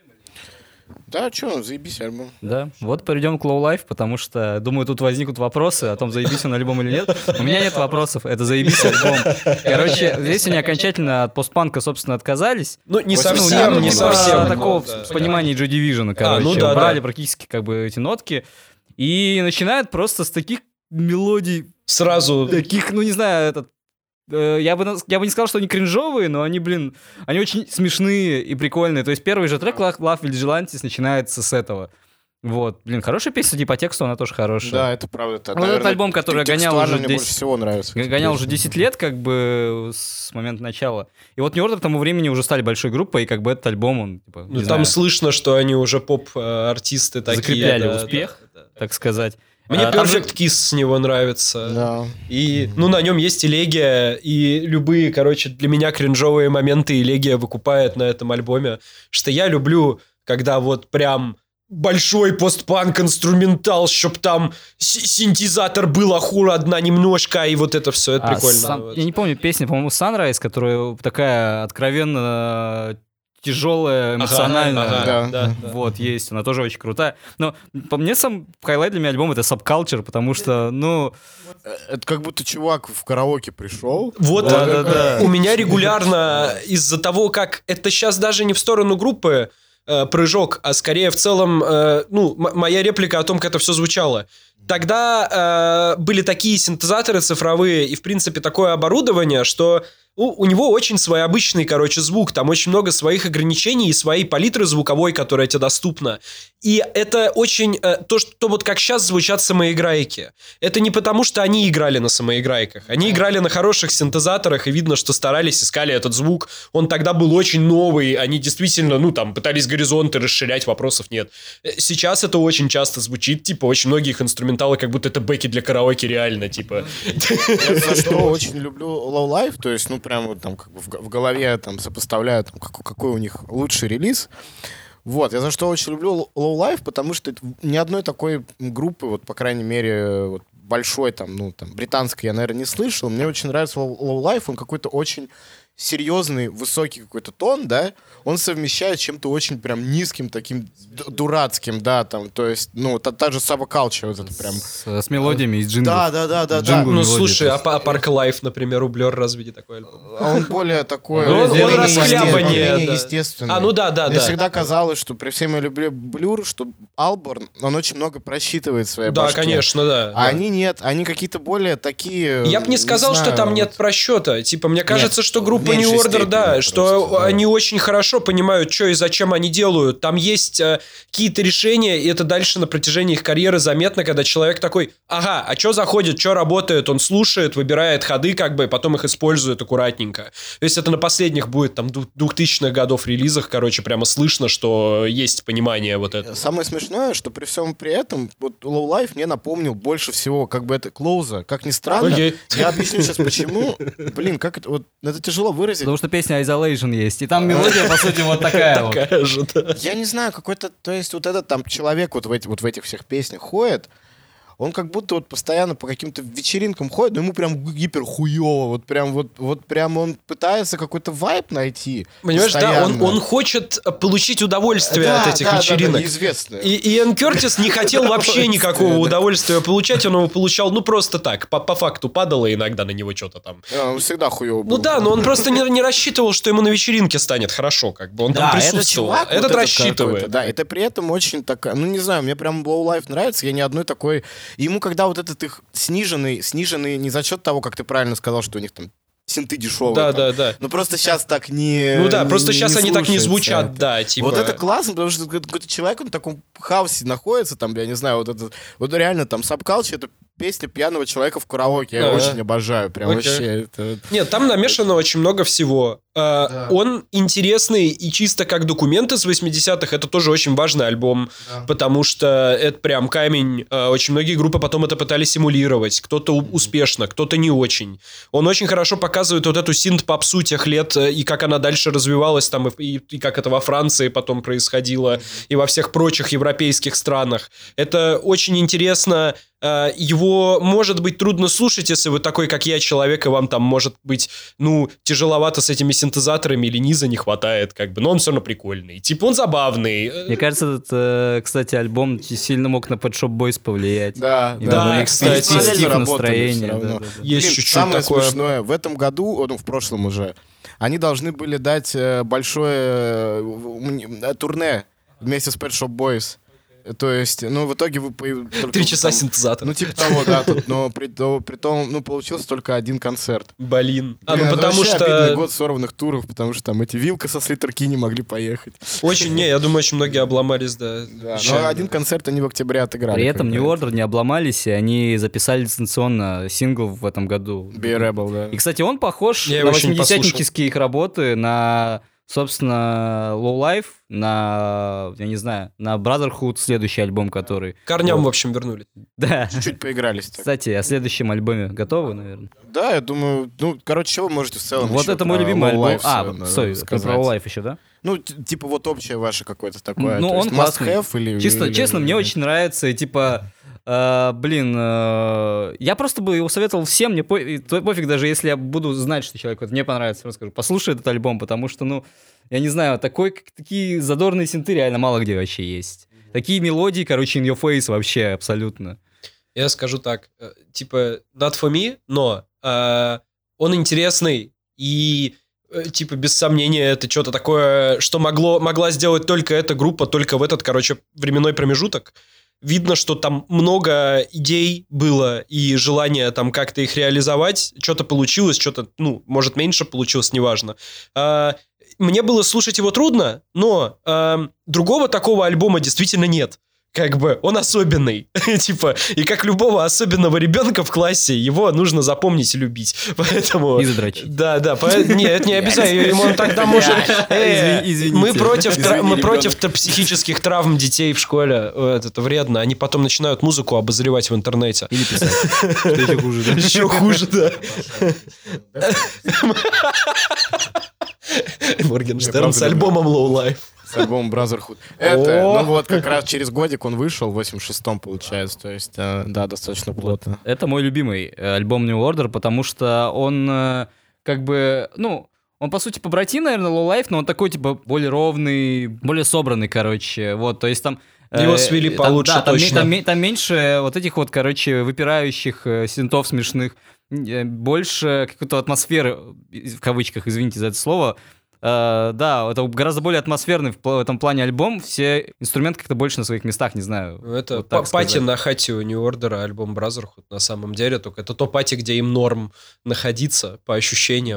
Да, что, заебись альбом. Да, вот перейдем к Low Life, потому что, думаю, тут возникнут вопросы о том, заебись он альбом или нет. У меня нет вопросов, это заебись альбом. Короче, здесь они окончательно от постпанка, собственно, отказались. Ну, не Восемьдесят совсем, седьмой не год. совсем. Типа такого Ну, да. понимания Joy Division, короче. ну да, Брали да. практически как бы эти нотки и начинают просто с таких мелодий, Сразу. таких, ну не знаю, этот... э, Я бы, наз- я бы не сказал, что они кринжовые, но они, блин, они очень смешные и прикольные. То есть первый же трек Love Love Vigilantes начинается с этого. Вот, блин, хорошая песня, и по тексту она тоже хорошая. Да, это правда. Это, Вот этот наверное, альбом, который текстуально гонял уже мне десять больше всего нравится. Г- Гонял уже десять лет, как бы, с момента начала. И вот New Order к тому времени уже стали большой группой, и как бы этот альбом, он, типа, не Ну, там знаю, слышно, что они уже поп-артисты такие. закрепляли да, успех, да, да. так сказать. Мне А, там же- Perfect Kiss с него нравится. Да. И, ну, на нем есть Элегия, и любые, короче, для меня кринжовые моменты Элегия выкупает на этом альбоме. Что я люблю, когда вот прям большой постпанк инструментал, чтоб там с- синтезатор был ахура одна немножко, и вот это все, это А, прикольно. сам- вот. Я не помню, песня, по-моему, Sunrise, которая такая откровенно тяжелая, Ага, эмоциональная. ага, Да. да, да. Вот, есть, она тоже очень крутая. Но по мне сам хайлайт для меня альбома — это Subculture, потому что, ну... Это как будто чувак в караоке пришел. Вот Да, э, да, да. у меня регулярно из-за того, как это сейчас даже не в сторону группы э, прыжок, а скорее в целом, э, ну, м- моя реплика о том, как это все звучало. Тогда э, были такие синтезаторы цифровые и, в принципе, такое оборудование, что у, у него очень своеобычный, короче, звук. Там очень много своих ограничений и своей палитры звуковой, которая тебе доступна. И это очень... э, то, что вот как сейчас звучат самоиграйки. Это не потому, что они играли на самоиграйках. Они играли на хороших синтезаторах, и видно, что старались, искали этот звук. Он тогда был очень новый. Они действительно, ну, там, пытались горизонты расширять, вопросов нет. Э, Сейчас это очень часто звучит, типа, очень многие их инструменталы, как будто это бэки для караоке реально, типа. Я за что очень люблю Low Life, то есть, ну, прям вот там как бы в г- в голове там сопоставляю, там, какой, какой у них лучший релиз. Вот, я за что очень люблю Low Life, потому что это ни одной такой группы, вот, по крайней мере, вот, большой, там, ну, там, британской я, наверное, не слышал. Мне очень нравится Low Low Life, он какой-то очень серьезный, высокий какой-то тон, да, он совмещает с чем-то очень прям низким, таким д- дурацким, да, там, то есть, ну, та, та же Subculture, вот это прям... С, с мелодиями из джинглов. Да, да, да, да, да. Джингл. Ну, мелодии, слушай, то а, есть. па- а Park Life, например, у Blur разве не такой альбом? А он более такой... Ну, он- он менее расхлябаннее, естественный, менее да. естественный. А, ну да, да, Мне да. всегда казалось, что при всем я люблю Блюр, что Алборн, он очень много просчитывает в своей Да, башке. конечно, да. А да. они нет, они какие-то более такие... Я бы не сказал, что знаю, там нет вот. просчета. Типа, мне кажется, что группа группа New Order, да, что просто, они да. очень хорошо понимают, что и зачем они делают. Там есть э, какие-то решения, и это дальше на протяжении их карьеры заметно, когда человек такой, ага, а что заходит, что работает, он слушает, выбирает ходы, как бы, и потом их использует аккуратненько. То есть это на последних будет, там, двухтысячных годов релизах, короче, прямо слышно, что есть понимание вот этого. Самое смешное, что при всем при этом, вот Low Life мне напомнил больше всего, как бы это Клоуза. Как ни странно, okay. я объясню сейчас почему. Блин, как это, вот, это тяжело выразить. Потому что песня Isolation есть, и там мелодия, по сути, вот такая вот. Такая же, да. Я не знаю, какой-то, то есть вот этот там человек вот в, эти, вот в этих всех песнях ходит, он как будто вот постоянно по каким-то вечеринкам ходит, но ему прям гипер хуёво, вот прям вот, вот прям он пытается какой-то вайб найти. Понимаешь, да, он, он хочет получить удовольствие да, от этих да, вечеринок. Да, да, неизвестно. И Иэн Кёртис не хотел вообще никакого удовольствия получать, он его получал, ну, просто так, по, по факту падало иногда на него что-то там. Он всегда хуёво был. Ну да, но он просто не, не рассчитывал, что ему на вечеринке станет хорошо, как бы, он да, там присутствовал. Этот, этот вот рассчитывает. Да, это при этом очень такая, ну, не знаю, мне прям Low Life нравится, я ни одной такой... И ему, когда вот этот их сниженный, сниженный не за счет того, как ты правильно сказал, что у них там синты дешевые. Да, там. да, да. Ну просто сейчас так не... Ну да, просто не, сейчас не они так не звучат, да, типа... Вот это классно, потому что какой-то человек, он в таком хаосе находится, там, я не знаю, вот это... Вот реально там Subculture — это песня пьяного человека в караоке. Я а-а. очень обожаю, прям okay. вообще. Это... Нет, там намешано очень много всего. Да. Он интересный и чисто как документ из восьмидесятых, это тоже очень важный альбом, да. потому что это прям камень. Очень многие группы потом это пытались симулировать. Кто-то mm-hmm. успешно, кто-то не очень. Он очень хорошо показывает вот эту синт-попсу тех лет, и как она дальше развивалась там, и, и как это во Франции потом происходило, mm-hmm. и во всех прочих европейских странах. Это очень интересно. Его, может быть, трудно слушать, если вы такой, как я, человек, и вам там, может быть, ну, тяжеловато с этими синтезаторами или низа не хватает, как бы, но он все равно прикольный. Типа, он забавный. Мне кажется, этот, кстати, альбом сильно мог на Pet Shop Boys повлиять. Да, и да, да, кстати. Настроение. Да, да, да. Есть Блин, чуть-чуть самое такое. Смешное, в этом году, ну, в прошлом уже, они должны были дать большое турне вместе с Pet Shop Boys. То есть, ну, в итоге вы... Только, Три часа там, синтезатора. Ну, типа того, да, тут, но при, то, при том, ну, получился только один концерт. Блин. А, Блин, ну, потому что... обидный год сорванных туров, потому что там эти Вилка со Слитерки не могли поехать. Очень, не, я думаю, очень многие обломались, да. да но один концерт они в октябре отыграли. При этом New Order не обломались, и они записали дистанционно сингл в этом году. Be Rebel, да. И, кстати, он похож я на восьмидесятнические их работы, на... Собственно, Low Life, на, я не знаю, на Brotherhood, следующий альбом, который... Корням, вот. в общем, вернули. Да. Чуть-чуть поигрались. Так. Кстати, о следующем альбоме готовы, наверное? Да, я думаю, ну, короче, что вы можете в целом Вот это мой любимый альбом. А, стой, про Low Life еще, да? Ну, типа вот общее ваше какое-то такое. Ну, он классный. Или, честно, или, честно или... мне очень нравится, и типа... Uh, блин, uh, я просто бы его советовал всем, мне по- пофиг, даже если я буду знать, что человеку это не понравится, просто скажу, послушай этот альбом, потому что, ну, я не знаю, такой, такие задорные синты реально мало где вообще есть. Mm-hmm. Такие мелодии, короче, in your face вообще абсолютно. Я скажу так, типа, not for me, но uh, он интересный и... Типа, без сомнения, это что-то такое, что могло, могла сделать только эта группа, только в этот, короче, временной промежуток. Видно, что там много идей было и желания там как-то их реализовать. Что-то получилось, что-то, ну, может, меньше получилось, неважно. А, мне было слушать его трудно, но а, другого такого альбома действительно нет. Как бы, он особенный. Типа, и как любого особенного ребенка в классе, его нужно запомнить и любить. Поэтому... И задрочить. Да, да. По... Нет, это не обязательно. Ему тогда может... Э, Извините. Мы против, Извини, тра... мы ребенок. против психических травм детей в школе. Это, это вредно. Они потом начинают музыку обозревать в интернете. Или писать. Что еще хуже, да? Еще хуже, да. Моргенштерн с альбомом Low Life. С альбомом Brotherhood. Это, ну вот как раз через годик он вышел, в восемьдесят шестом получается, то есть, э, да, достаточно плотно. Это мой любимый альбом New Order, потому что он э, как бы, ну, он, по сути, побратим, наверное, Low Life, но он такой, типа, более ровный, более собранный, короче, вот, то есть там... Его свели получше, там, да, точно. Там, там, там меньше вот этих вот, короче, выпирающих э, синтов смешных, больше какой-то атмосферы, в кавычках, извините за это слово. Uh, да, это гораздо более атмосферный в, в этом плане альбом. Все инструменты как-то больше на своих местах, не знаю. Это вот па- пати на хате у New Order, альбом Brotherhood на самом деле. Только это то пати, где им норм находиться, по ощущениям.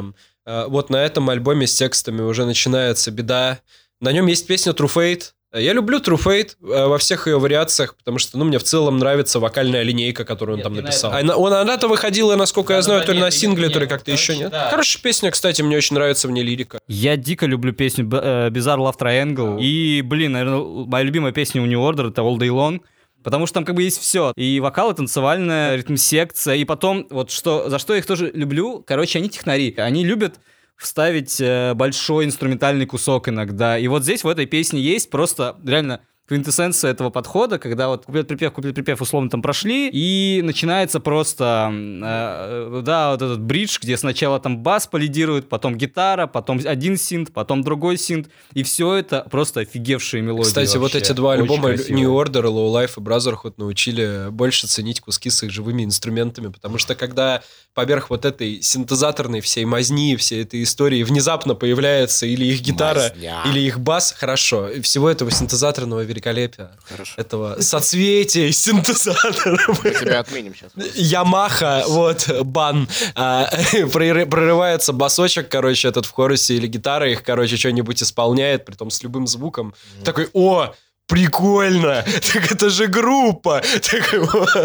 э, вот на этом альбоме с текстами уже начинается беда. На нем есть песня True Fate. Я люблю True Fate э, во всех ее вариациях, потому что, ну, мне в целом нравится вокальная линейка, которую он Нет, там не написал. на А она, он, она-то выходила, насколько Да, я да, знаю, да, то ли нет, на сингле, нет, то ли нет, как-то короче, еще нет. да. Хорошая песня, кстати, мне очень нравится в ней лирика. Я дико люблю песню Б- э, Bizarre Love Triangle. И, блин, наверное, моя любимая песня у New Order — это All Day Long. Потому что там как бы есть все. И вокал, и танцевальная, ритм-секция. И потом, вот что, за что я их тоже люблю, короче, они технари. Они любят вставить э, большой инструментальный кусок иногда. И вот здесь в этой песне есть просто реально квинтэссенция этого подхода, когда вот куплет-припев, куплет-припев условно там прошли, и начинается просто, э, да, вот этот бридж, где сначала там бас полидирует, потом гитара, потом один синт, потом другой синт, и все это просто офигевшие мелодии. Кстати, вот вообще. эти два Очень альбома красиво. New Order, Low Life и Brotherhood научили больше ценить куски с их живыми инструментами, потому что когда поверх вот этой синтезаторной всей мазни, всей этой истории внезапно появляется или их гитара, Мазня. или их бас, хорошо, и всего этого синтезаторного великолепия, Хорошо. этого соцветия синтезаторов. Мы тебя отменим сейчас. Ямаха, вот, бан. А, проры- прорывается басочек, короче, этот в хорусе, или гитара их, короче, что-нибудь исполняет, притом с любым звуком. Такой, о, прикольно! Так это же группа! Так,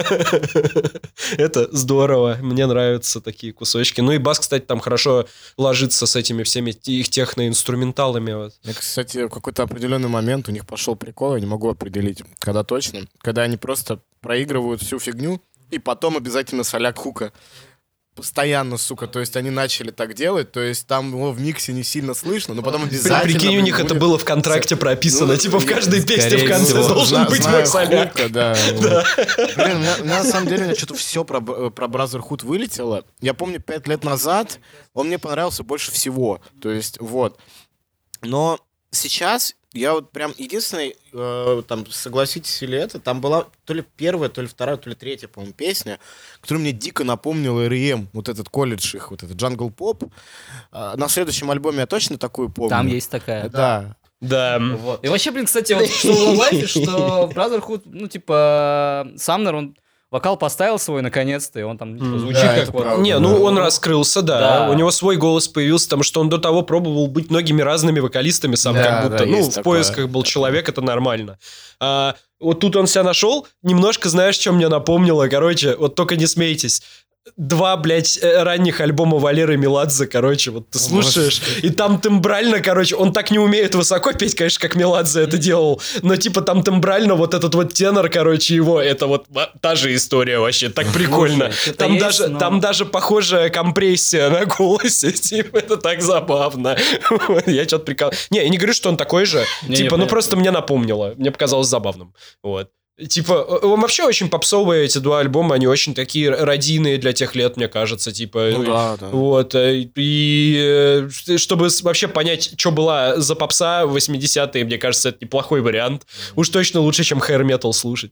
это здорово. Мне нравятся такие кусочки. Ну и бас, кстати, там хорошо ложится с этими всеми их техноинструменталами. Вот. Я, кстати, в какой-то определенный момент у них пошел прикол, я не могу определить, когда точно, когда они просто проигрывают всю фигню, и потом обязательно соляк хука. Постоянно, сука, то есть они начали так делать, то есть там его в миксе не сильно слышно, но потом обязательно... Прикинь, у блин, них это будет- было в контракте прописано. Ну, Типа в каждой скорее песне в конце всего. должен Зна- быть знаю мой соляк. хука, да. вот. Блин, у меня, у меня на самом деле у меня что-то все про, Б- про Brotherhood вылетело. Я помню, пять лет назад он мне понравился больше всего. То есть, вот. Но сейчас я вот прям единственный, э, там, согласитесь или это, там была то ли первая, то ли вторая, то ли третья, по-моему, песня, которая мне дико напомнила эр и эм, вот этот колледж их, вот этот Jungle Pop. Э, на следующем альбоме я точно такую помню. Там есть такая. Да. Да. Вот. И вообще, блин, кстати, вот что в Low Life, что в Brotherhood, ну, типа, Самнер, он вокал поставил свой наконец-то, и он там типа, звучит Да, как это вот... правда. Не, ну он раскрылся, да. Да. У него свой голос появился, потому что он до того пробовал быть многими разными вокалистами сам, Да, как будто. да, ну, есть в такое. поисках был человек, это нормально. А, вот тут он себя нашел. Немножко, знаешь, что мне напомнило? Короче, вот только не смейтесь. Два, блядь, э, ранних альбома Валеры Меладзе, короче, вот ты слушаешь, и там тембрально, короче, он так не умеет высоко петь, конечно, как Меладзе это делал, но типа там тембрально вот этот вот тенор, короче, его, это вот ва- та же история вообще, так прикольно. Слушай, это Там есть, даже, но- там даже похожая компрессия на голосе, типа, это так забавно. Я что-то прикол... Не, я не говорю, что он такой же, Не, типа, не, ну понятно. просто мне напомнило, мне показалось забавным, вот. Типа, он вообще очень попсовые, эти два альбома, они очень такие радийные для тех лет, мне кажется, типа. Ну да, да. Вот, э, и э, чтобы с- вообще понять, что была за попса в восьмидесятые, мне кажется, это неплохой вариант. Уж точно лучше, чем hair metal слушать.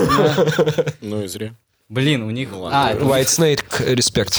Ну и зря. Блин, у них... Ну ладно. А, это- White Snake, респект.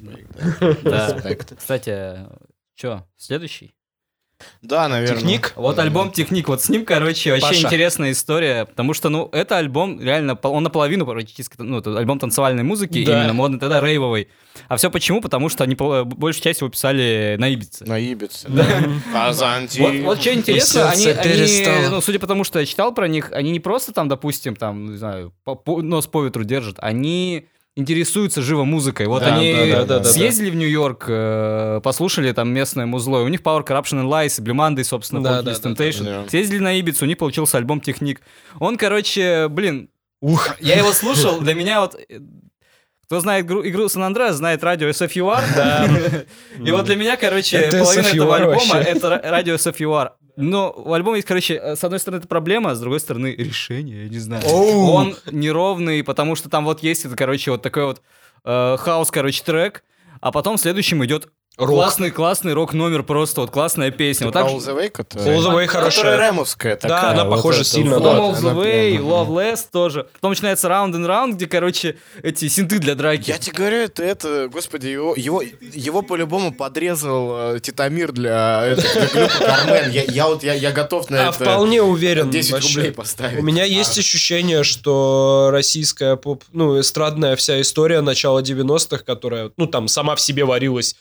да. Респект. Кстати, что, следующий? Да, наверное. Техник? Вот альбом «Техник», вот с ним, короче, вообще Паша. интересная история, потому что, ну, это альбом реально, пол- он наполовину практически, ну, это альбом танцевальной музыки, Да. именно модный, тогда рейвовый. А все почему? Потому что они по- большую часть его писали на Ибице. На Ибице. Да. Казанти. Вот, вот что интересно, они, сердце они, перестало. ну, судя по тому, что я читал про них, они не просто там, допустим, там, не знаю, по- по- нос по ветру держат, они интересуются живо музыкой. Вот Да, они да, да, да, да, съездили в Нью-Йорк, э, послушали там местное музло, и у них Power, Corruption and Lies, и Blue Monday, собственно, Да, Police да, да, Temptation. да, да. Съездили на Ибицу, у них получился альбом «Техник». Он, короче, блин, ух, я его слушал, для меня вот... э, Кто знает игру, игру San Andreas, знает радио эс эф ю ар. Да. И вот для меня, короче, Это половина эс эф ю этого ар альбома — вообще. это ра- радио эс эф ю ар. Но у альбома есть, короче, с одной стороны, это проблема, а с другой стороны, решение, я не знаю. Оу. Он неровный, потому что там вот есть, это, короче, вот такой вот э, хаос, короче, трек, а потом следующим идет Рок. классный, классный рок-номер, просто вот классная песня. Вот так All же- the Way, которая... All the Way Которая хорошая. рэмовская такая. Да, она вот похожа это сильно, вот, да. Fall of the она Way, прям, Love ага. Less тоже. Потом начинается Round and Round, где, короче, эти синты для драки. Я тебе говорю, это, это, господи, его, его, его по-любому подрезал э, Титамир для, это, для группы Кармен. Я, я вот, я, я готов на А это вполне уверен. десять вообще. рублей поставить. У меня есть ощущение, что российская поп, ну, эстрадная вся история начала девяностых, которая, ну, там, сама в себе варилась, появилась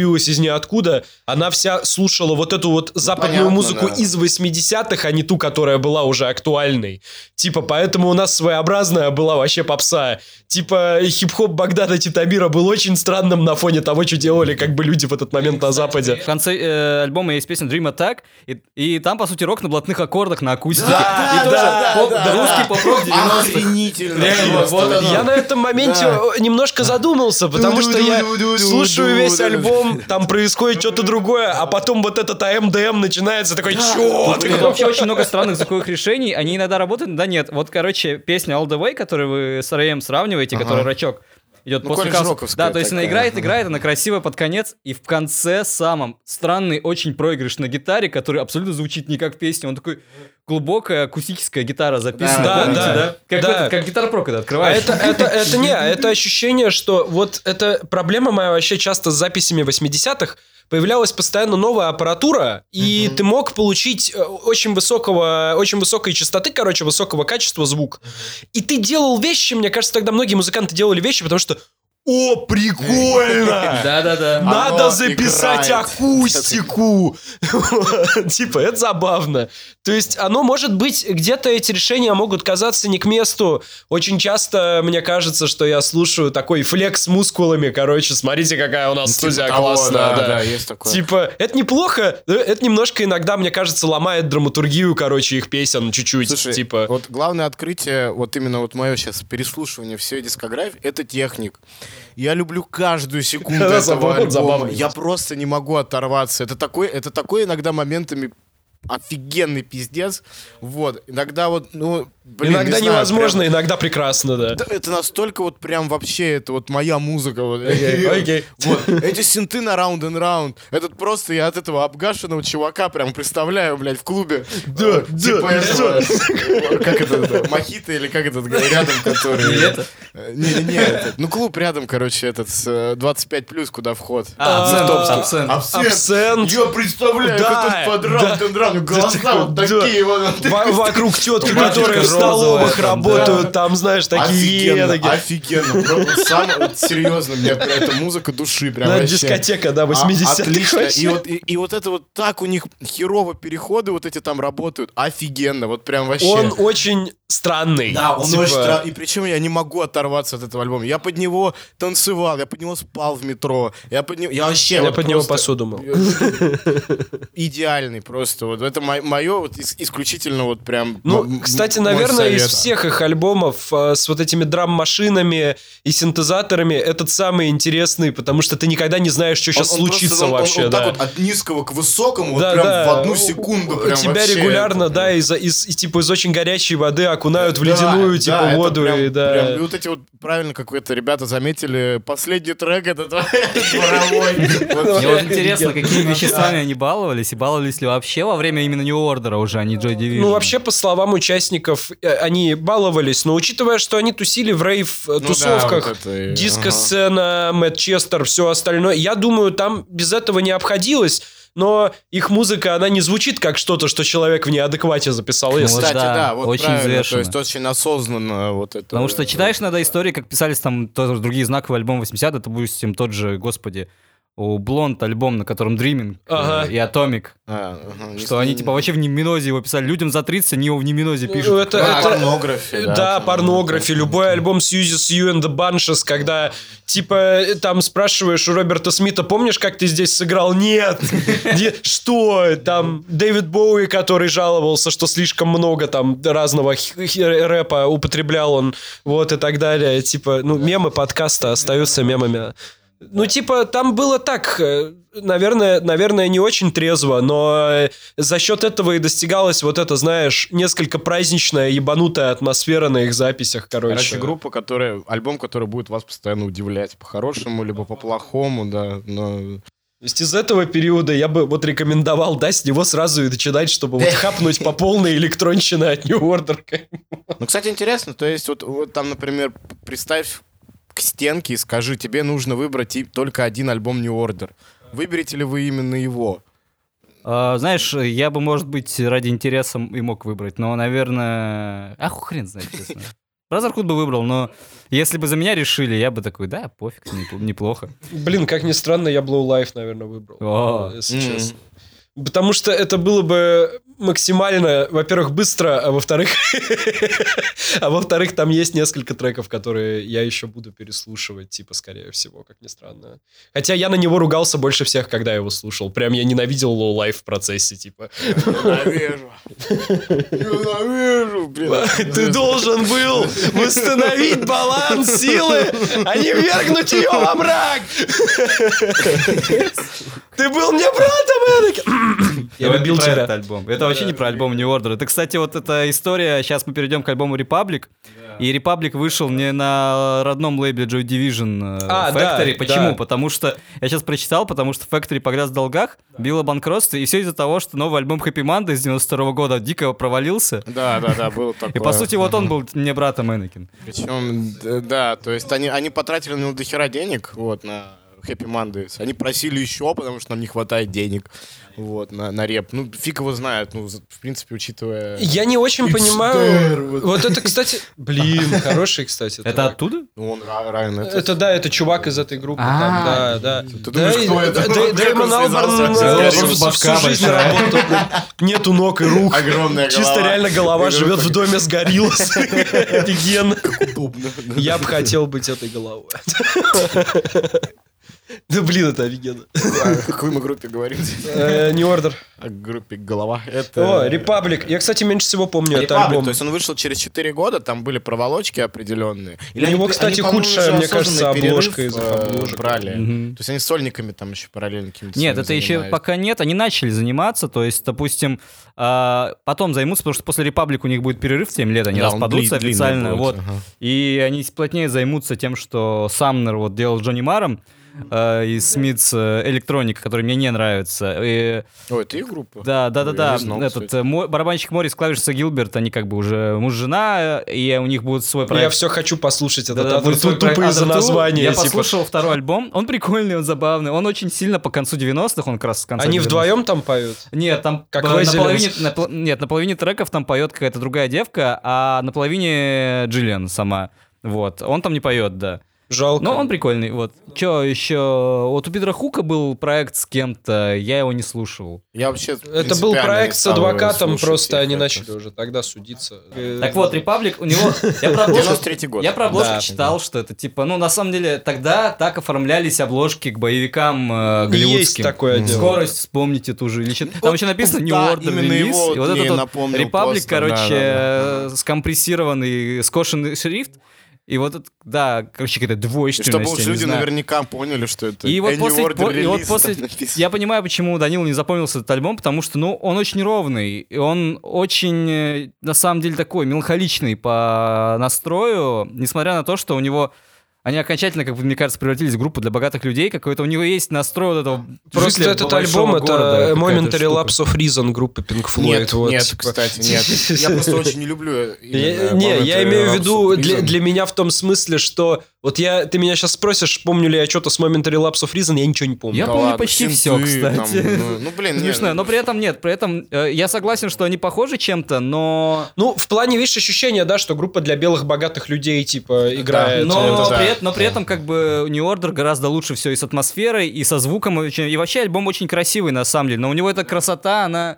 появилась из ниоткуда, она вся слушала вот эту вот западную понятно, музыку да. из восьмидесятых, а не ту, которая была уже актуальной. Типа, поэтому у нас своеобразная была вообще попса. Типа, хип-хоп Богдана Титамира был очень странным на фоне того, что делали как бы люди в этот момент на Западе. В конце э, альбома есть песня Dream Attack, и, и там, по сути, рок на блатных аккордах, на акустике. Да, и тоже да, поп- да, да, да. русский поп-рок девяностых. Охренительно. Реально, просто. вот оно. Я на этом моменте Да. немножко задумался, потому что я Ду-ду-ду-ду-ду-ду-ду. слушаю весь альбом, там происходит что-то другое, а потом вот этот АМДМ начинается, такой, чё? Тут вообще очень много странных звуковых решений, они иногда работают, иногда нет. Вот, короче, песня All The Way, которую вы с эр эм сравниваете, Ага. которая рачок, идет Ну, после колледж хаоса. роковская Да, то есть она такая, играет, ага. играет, она красивая под конец, и в конце самом странный очень проигрыш на гитаре, который абсолютно звучит не как песня, он такой глубокая акустическая гитара записана, Да, помните, да, да? Как, да. этот, как гитара-про, когда А открываешь. это, это, это не, это ощущение, что вот эта проблема моя вообще часто с записями восьмидесятых, появлялась постоянно новая аппаратура, и ты мог получить э, очень высокого, очень высокой частоты, короче, высокого качества звук. И ты делал вещи, мне кажется, тогда многие музыканты делали вещи, потому что «О, прикольно!» Да-да-да. Надо Оно записать играет. акустику. Типа, это забавно. То есть, оно может быть, где-то эти решения могут казаться не к месту. Очень часто мне кажется, что я слушаю такой флекс с мускулами. Короче, смотрите, какая у нас студия Типа того, классная. да, да. да, есть такое. Типа, это неплохо. да, Это немножко иногда, мне кажется, ломает драматургию, короче, их песен чуть-чуть. Слушай, Типа, вот главное открытие, вот именно вот мое сейчас переслушивание всей дискографии, это техник. Я люблю каждую секунду Да, этого забавно, альбома. забавно. Я просто не могу оторваться. Это такой, это такой иногда моментами офигенный пиздец. Вот. Иногда вот, ну, блин, иногда не знаю, невозможно, прям- иногда прекрасно, да. Да, это настолько вот прям вообще, это вот моя музыка. Вот. Окей, окей. Вот. Эти синты на Round and Round. Этот просто я от этого обгашенного чувака прям представляю, блядь, в клубе. Да, типа этого, как это, это, мохито или как это, рядом, который... Не лето? Не-не-не, этот, ну клуб рядом, короче, этот, с э, двадцать пять плюс, куда вход. А, Топский. абсент, абсент. Абсент. Я представляю, Да, как он под Round and Round, глаза вот Да. такие вот. Во- Вокруг тетки, Вокруг которые в розовая столовых там, работают, да. там, знаешь, такие... Офигенно, такие. офигенно. Просто сам, вот серьезно, мне эта музыка души прям Ну, это вообще. дискотека, да, А, восьмидесятых отлично. вообще. И вот, и, и вот это вот так у них херово переходы вот эти там работают. Офигенно, вот прям вообще. Он очень странный. Да, он Типа, очень стра- И причем я не могу оторваться от этого альбома. Я под него танцевал, я под него спал в метро. Я под него... Я вообще... Я вот под него просто- посуду мыл. Идеальный просто. Вот это мое вот ис- исключительно вот прям... Ну, м- кстати, мой наверное, из совет. всех их альбомов э, с вот этими драм-машинами и синтезаторами этот самый интересный, потому что ты никогда не знаешь, что сейчас Он- он случится просто, он- он вообще, вот да. так вот от низкого к высокому, Да, вот прям да. в одну секунду. У Прям тебя вообще регулярно, это- да, из, из, из, типа из очень горячей воды окунают в Да, ледяную, да, типа, это воду. прям- и, да. прям- и вот эти вот, правильно, как это ребята заметили, последний трек этот дворовой. Вот Мне вот я- интересно, какими веществами они баловались, и баловались ли вообще во время именно New Order уже, а не Joy Division? Ну, вообще, по словам участников, э, они баловались, но учитывая, что они тусили в Ну рейв-тусовках, да, вот это и- диско-сцена, Мэтт Честер, все остальное, я думаю, там без этого не обходилось, но их музыка, она не звучит как что-то, что человек в неадеквате записал. Ну, если вот Кстати, да, да, вот очень правильно, взвешенно. то есть очень осознанно вот это. Потому что читаешь иногда истории, как писались там тоже другие знаковые альбомы восьмидесятых, это, допустим, тот же, господи, у Blonde альбом, на котором Dreaming э, Ага. и Atomic, А, ага, не что с- они типа вообще в неминозе его писали. Людям за тридцать они его в неминозе Ну, пишут. это- А, это- порнография, Да, да, там, порнография. ну, Любой альбом Сьюзи Сью and the Bunches, когда, типа, там спрашиваешь у Роберта Смита, помнишь, как ты здесь сыграл? Нет. Где- Что? Там Дэвид Боуи, который жаловался, что слишком много там разного х- х- рэпа употреблял он, вот, и так далее. Типа, ну, мемы подкаста остаются мемами. Ну, типа, там было так, э, наверное, наверное, не очень трезво, но э, за счет этого и достигалась вот эта, знаешь, несколько праздничная, ебанутая атмосфера на их записях, короче. Короче, группа, которая, альбом, который будет вас постоянно удивлять по-хорошему, либо по-плохому, да, но... То есть из этого периода я бы вот рекомендовал, да, с него сразу и начинать, чтобы вот хапнуть по полной электронщины от New Order. Ну, кстати, интересно, то есть вот, вот там, например, представь к стенке и скажи, тебе нужно выбрать и- только один альбом New Order. Выберете ли вы именно его? А, знаешь, я бы, может быть, ради интереса и мог выбрать, но, наверное... Ах, хрен знает, честно. Brotherhood бы выбрал, но если бы за меня решили, я бы такой, да, пофиг, неплохо. Блин, как ни странно, я Blow Life, наверное, выбрал, О. если mm-hmm. честно. Потому что это было бы максимально, во-первых, быстро, а во-вторых, а во-вторых, там есть несколько треков, которые я еще буду переслушивать, типа, скорее всего, как ни странно. Хотя я на него ругался больше всех, когда я его слушал. Прям я ненавидел Low Life в процессе, типа. Ненавижу. Ненавижу, блин. Ты должен был восстановить баланс силы, а не вергнуть ее во мрак. Ты был мне братом, Энакин. Я любил тебя. Это альбом. Это вообще не про альбом New Order. Это, кстати, вот эта история. Сейчас мы перейдем к альбому Republic. И Republic вышел не на родном лейбле Joy Division а, Factory. Да, Почему? Да. Потому что я сейчас прочитал, потому что Factory погряз в долгах, било банкротство, и все из-за того, что новый альбом Happy Monday из девяносто второго года дико провалился. Да, да, да, был такое. И по сути вот он был мне братом Энакин. Причем, да, то есть они, они потратили на дохера денег, вот, на Happy Mondays. Они просили еще, потому что нам не хватает денег. Вот, на, на реп. Ну, фиг его знает, ну, в принципе, учитывая... Я не очень понимаю... Вот. вот это, кстати... Блин, хороший, кстати. Это трек. оттуда? Ну, он Райан, это... Это, да, это чувак из этой группы. Там, да, да. Ты думаешь, кто это? Дэймон Алберн всю жизнь работал. Нету ног и рук. Огромная голова. Чисто реально голова живет в доме с гориллос. Офигенно. Удобно. Я бы хотел быть этой головой. Да блин, это офигенно. О какой мы группе говорим? New Order. О группе «Голова». Это... О, Republic. Я, кстати, меньше всего помню этот Republic, альбом. то есть он вышел через четыре года, там были проволочки определенные. У него, кстати, худшая, мне кажется, обложка из обложек. Брали. То есть они с сольниками там еще параллельно какими-то... Нет, это еще пока нет. Они начали заниматься, то есть, допустим, потом займутся, потому что после Republic у них будет перерыв в семь лет, они распадутся официально. Вот. И они плотнее займутся тем, что Самнер вот делал Джонни Маром, э, из Смитс Электроника, который мне не нравится. И... Ой, это их группа? Да, да, да, Ой, да. знал, Этот э, мой, барабанщик Моррис, клавишница Гилберт, они как бы уже муж-жена, и у них будет свой проект. Я все хочу послушать этот да, да, тупо из-за названия. Я типа. послушал второй альбом, он прикольный, он забавный, он очень сильно по концу девяностых, он как раз с конца Они девяностых. вдвоем там поют? Нет, там как на половине, на, нет, на половине треков там поет какая-то другая девка, а на половине Джиллиан сама. Вот, он там не поет, да. Жалко. Но он прикольный, вот. Че еще? Вот у Питера Хука был проект с кем-то, я его не слушал. Я вообще Это был проект с адвокатом, просто они начали уже тогда судиться. Так вот, Republic, у него... Я про обложку, девяносто третий год. я про обложку Да. читал, что это типа... Ну, на самом деле, тогда так оформлялись обложки к боевикам э, голливудским. Есть такое дело. Скорость, вспомните ту же. Или что- Там еще написано New да, Order именно Release. его И вот мне этот вот напомнил Republic, постер, короче, да, да, э, скомпрессированный, скошенный шрифт. И вот, это, да, короче, какая-то И двойственность, чтобы уж я не люди знаю. наверняка поняли, что это И вот Any после, Order по- и вот Release после там написано. я понимаю, почему Данил не запомнился этот альбом, потому что, ну, он очень ровный, и он очень, э, на самом деле, такой меланхоличный по настрою, несмотря на то, что у него... Они окончательно, как бы, мне кажется, превратились в группу для богатых людей. Какой-то у него есть настрой вот этого Просто жителя этот большого альбом, города, это какая-то Momentary штука. Lapse of Reason группы Pink Floyd. Нет, вот, нет, типа. кстати, нет. Я просто очень не люблю Я- именно Не, Momentary я имею в Lapse виду of для, Reason. для меня в том смысле, что вот я, ты меня сейчас спросишь, помню ли я что-то с Momentary Lapse of Reason, я ничего не помню. Я Да помню ладно, почти синты все, кстати. там, ну, ну, блин, не, Смешно, ну, но при этом нет, при этом э, я согласен, что они похожи чем-то, но... Ну, в плане, видишь, ощущения, да, что группа для белых богатых людей, типа, играет. Но, это да. при, но при этом, как бы, New Order гораздо лучше все и с атмосферой, и со звуком, и, очень- и вообще альбом очень красивый, на самом деле, но у него эта красота, она...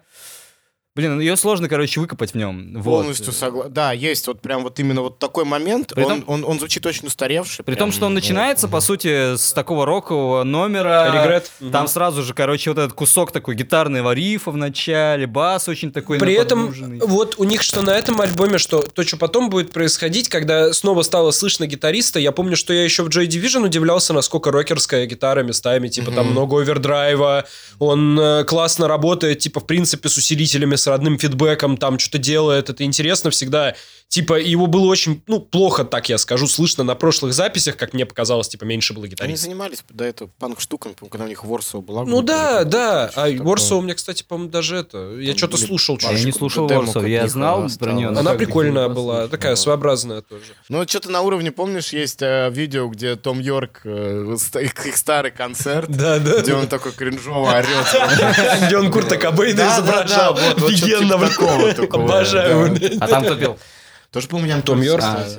Блин, ее сложно, короче, выкопать в нем. Вот. Полностью согласен. Да, есть вот прям вот именно вот такой момент. При он, том- он, он звучит очень устаревший. При прям, том, что он ну, начинается, по сути, с такого рокового номера. Регрет. Там Мгм. сразу же, короче, вот этот кусок такой гитарного рифа в начале, бас очень такой При этом, наподуженный. вот у них что на этом альбоме, что то, что потом будет происходить, когда снова стало слышно гитариста, я помню, что я еще в Joy Division удивлялся, насколько рокерская гитара местами, типа там много овердрайва, он э, классно работает, типа в принципе с усилителями, с родным фидбэком, там что-то делает, это интересно всегда. Типа его было очень, ну, плохо, так я скажу, слышно на прошлых записях, как мне показалось, типа меньше было Они гитаристов. занимались до этого панк-штуками, помню, когда у них Warsaw была. Ну группа, да, или да. что-то А такое. Warsaw у меня, кстати, по-моему, даже это. Я Там что-то были слушал А я не чуть-чуть. слушал демо Warsaw, я каких-то знал осталось. про нее. но Она как бы прикольная не была, послушал. такая своеобразная тоже. Ну, что-то на уровне, помнишь, есть э, видео, где Том Йорк, э, ста- их, их старый концерт, Да, да. где он такой кринжово орет. Где он Курта Кобейна Да, да, изображал. да, вот, вот что-то Офигенно, типа блин. такого такого, Обожаю. да. блин. А там кто пел? Тоже, по-моему, Ян Том Йорк. А,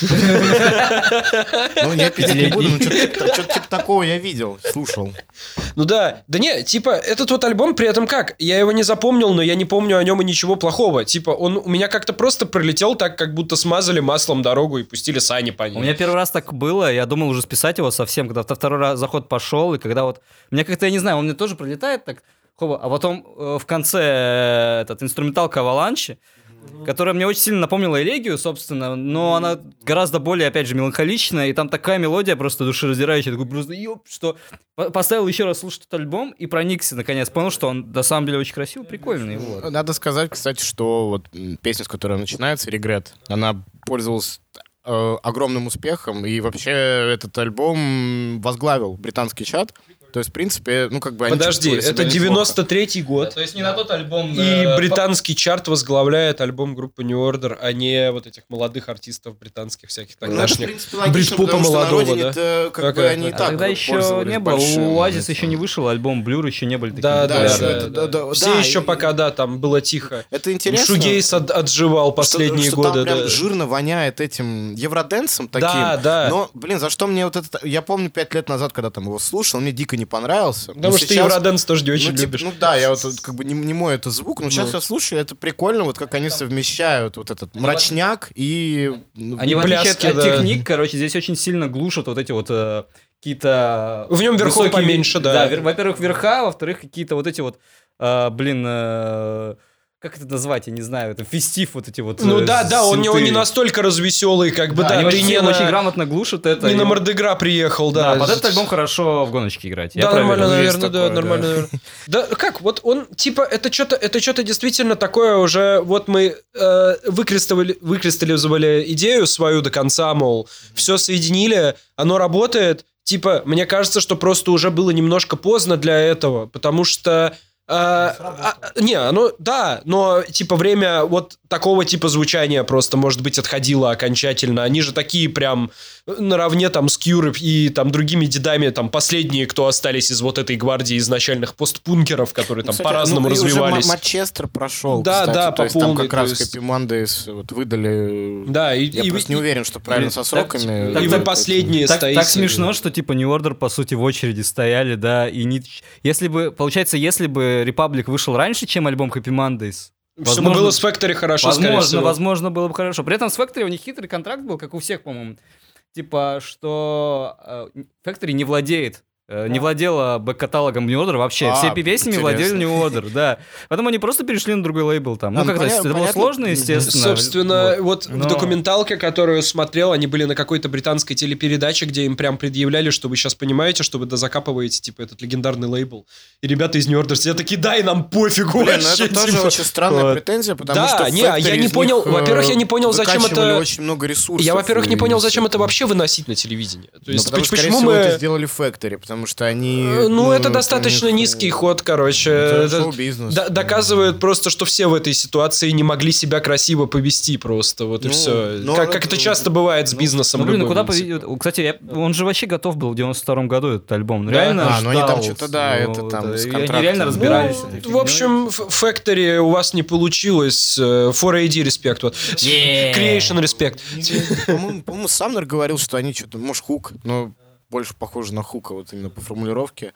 ну, не пиздить не буду, но что-то типа такого я видел, слушал. Ну да, да не, типа, этот вот альбом при этом как? Я его не запомнил, но я не помню о нем и ничего плохого. Типа, он у меня как-то просто пролетел так, как будто смазали маслом дорогу и пустили сани по ней. У меня первый раз так было, я думал уже списать его совсем, когда второй раз заход пошел, и когда вот... Мне как-то, я не знаю, он мне тоже пролетает так, а потом э, в конце э, этот инструменталка «Аваланчи», которая мне очень сильно напомнила «Элегию», собственно, но она гораздо более, опять же, меланхоличная, и там такая мелодия просто душераздирающая, такой просто, ёп, что... Поставил еще раз слушать этот альбом и проникся, наконец, понял, что он на самом деле очень красивый, прикольный. Вот. Надо сказать, кстати, что вот песня, с которой начинается, «Регрет», она пользовалась э, огромным успехом, и вообще этот альбом возглавил британский чарт. То есть, в принципе, ну, как бы... Подожди, это девяносто третий год. Да, то есть не на тот альбом... И э, британский чарт возглавляет альбом группы New Order, а не вот этих молодых артистов британских всяких Ну, это, в тогдашних. принципе, логично, брит-попа потому что на молодого, родине-то, как Как бы, это? они и А так Тогда вот еще пользовались не было, большим у Оазис этим. еще не вышел, альбом Блюр еще не были такими. Да, да, Да, да, это- да. да, да, Все да, еще и- пока, да, там было тихо. Это интересно. Шугейс от- отживал последние что, годы. Что там прям да. жирно воняет этим евроденсом таким. Да, да. Но, блин, за что мне вот это... Я помню пять лет назад, когда там его слушал, мне дико не понравился. Потому Но что ты сейчас- Евроденс тоже не очень ну, типа, любишь. ну да, я вот вот как бы не, не мой это звук, но сейчас я слушаю, это прикольно, вот как они совмещают вот этот мрачняк и... ну, Они, И в отличие от, пляски, от да. техник, короче, здесь очень сильно глушат вот эти вот э, какие-то... В нем верхов высокие- поменьше, да. вер- во-первых, верха, во-вторых, какие-то вот эти вот, э, блин, э, как это назвать, я не знаю, это фестив вот эти вот. Ну э, да, да, он, не- он не синты. настолько развеселый, как бы, Да, да, они ты очень, не сильно, очень на, грамотно глушат это. не и на вот- Мордегра приехал, да. Да, под этот альбом хорошо в гоночке играть. Я Да, проверил. нормально, есть наверное, да, такое, нормально, да. наверное. Да, как, вот он, типа, это что-то, это что-то действительно такое уже, вот мы э, выкристалли- выкристаллизовали идею свою до конца, мол, все соединили, оно работает, типа, мне кажется, что просто уже было немножко поздно для этого, потому что... А, а, не, оно, да, но, типа, время вот такого типа звучания просто, может быть, отходило окончательно. Они же такие прям наравне там с Cure и там другими дедами, там, последние, кто остались из вот этой гвардии изначальных постпункеров, которые там кстати, по-разному ну, и уже развивались. Ма- Манчестер прошел, Да, кстати, да, то по есть там полной, как раз то есть- Happy Mondays вот выдали... Да, и, Я и, просто не уверен, что правильно со Так, сроками. так, и так, вы последние Так, стоите. так смешно, что типа New Order, по сути, в очереди стояли, да, и не... Если бы, получается, если бы Republic вышел раньше, чем альбом Happy Mondays, Все бы было с Factory хорошо, скорее возможно, всего. возможно, было бы хорошо. При этом с Factory у них хитрый контракт был, как у всех, по-моему. Типа, что э, Factory не владеет, э, не владела бэк-каталогом New Order вообще. А, Все песнями интересно. владели New Order, да. Потом они просто перешли на другой лейбл там. А, Ну, ну, как-то понятно, это было понятно. сложно, Мгм. естественно. Собственно, вот, Но- в документалке, которую смотрел, они были на какой-то британской телепередаче, где им прям предъявляли, что вы сейчас понимаете, что вы дозакапываете, типа, этот легендарный лейбл. И ребята из New Order все такие, да, и нам пофигу Блин, ну вообще. это тоже типа. очень странная Вот. претензия, потому Да, что не, а я Factory не из понял- них, э, во-первых, я не понял, зачем выкачивали это- очень много ресурсов. Я, во-первых, не и понял, зачем всё. это вообще выносить на телевидение. То Ну, есть, потому что, почему скорее всего, мы... это сделали Factory, потому что они... Э, Ну, это у достаточно них, низкий э, ход, короче. это Это шоу-бизнес. д- доказывает просто, что все в этой ситуации не могли себя красиво повести просто. Вот и Ну, все. но Как, это- как это часто бывает с бизнесом. Ну, блин, ну любым, куда типа. поведет? Кстати, я- он же вообще готов был в девяносто втором году, этот альбом. Ну, Да? реально А, ну они там ждал. что-то, да, это Ну, там да, с и контрактом. Они реально Ну, разбирались. с Ну, этой в фигней. общем, F- Factory у вас не получилось. э, фор эй ди респект. Вот. Yeah. Creation респект. По-моему, по-моему, Самнер говорил, что они что-то, может, хук, но больше похоже на хука, вот именно по формулировке,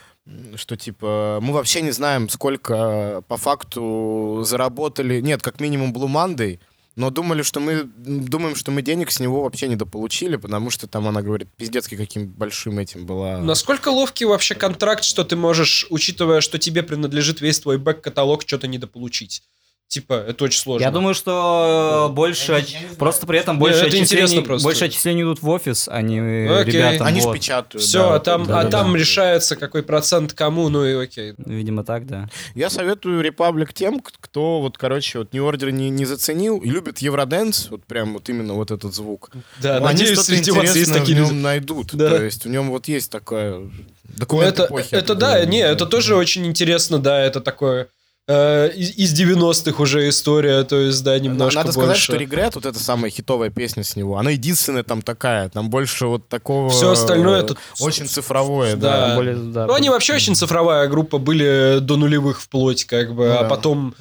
м, что типа мы вообще не знаем, сколько по факту заработали, нет, как минимум Blue Monday, но думали, что мы думаем, что мы денег с него вообще недополучили, потому что там она говорит, пиздецки каким большим этим была. Насколько ловкий вообще контракт, что ты можешь, учитывая, что тебе принадлежит весь твой бэк-каталог, что-то недополучить? Типа, это очень сложно. Я думаю, что больше... оч- Просто при этом больше это интересно отчислений, просто. больше отчислений идут в офис, а не Окей. ребятам. Они ж вот. печатают. Все, да, а там, да, а да, там да. решается, какой процент кому, ну и окей. Видимо, так, да. Я советую Republic тем, к- кто вот, короче, вот New Order не, не заценил и любит Евроденс, вот прям вот именно вот этот звук. Да, Ну, они надеюсь, что-то среди вас есть интересное такие в люди. нем найдут. Да. То есть в нем вот есть такое Ну, документ это, эпохи. это да, определенный, не, это тоже очень интересно, да, это такое э, из, из девяностых уже история, то есть, да, немножко Надо сказать, больше. что Regret, вот эта самая хитовая песня с него, она единственная там такая, там больше вот такого... Всё остальное э, тут- Очень цифровое, Да. да. Тем более, да. Ну, они вообще очень цифровая группа были до нулевых вплоть, как бы, Ну а да. потом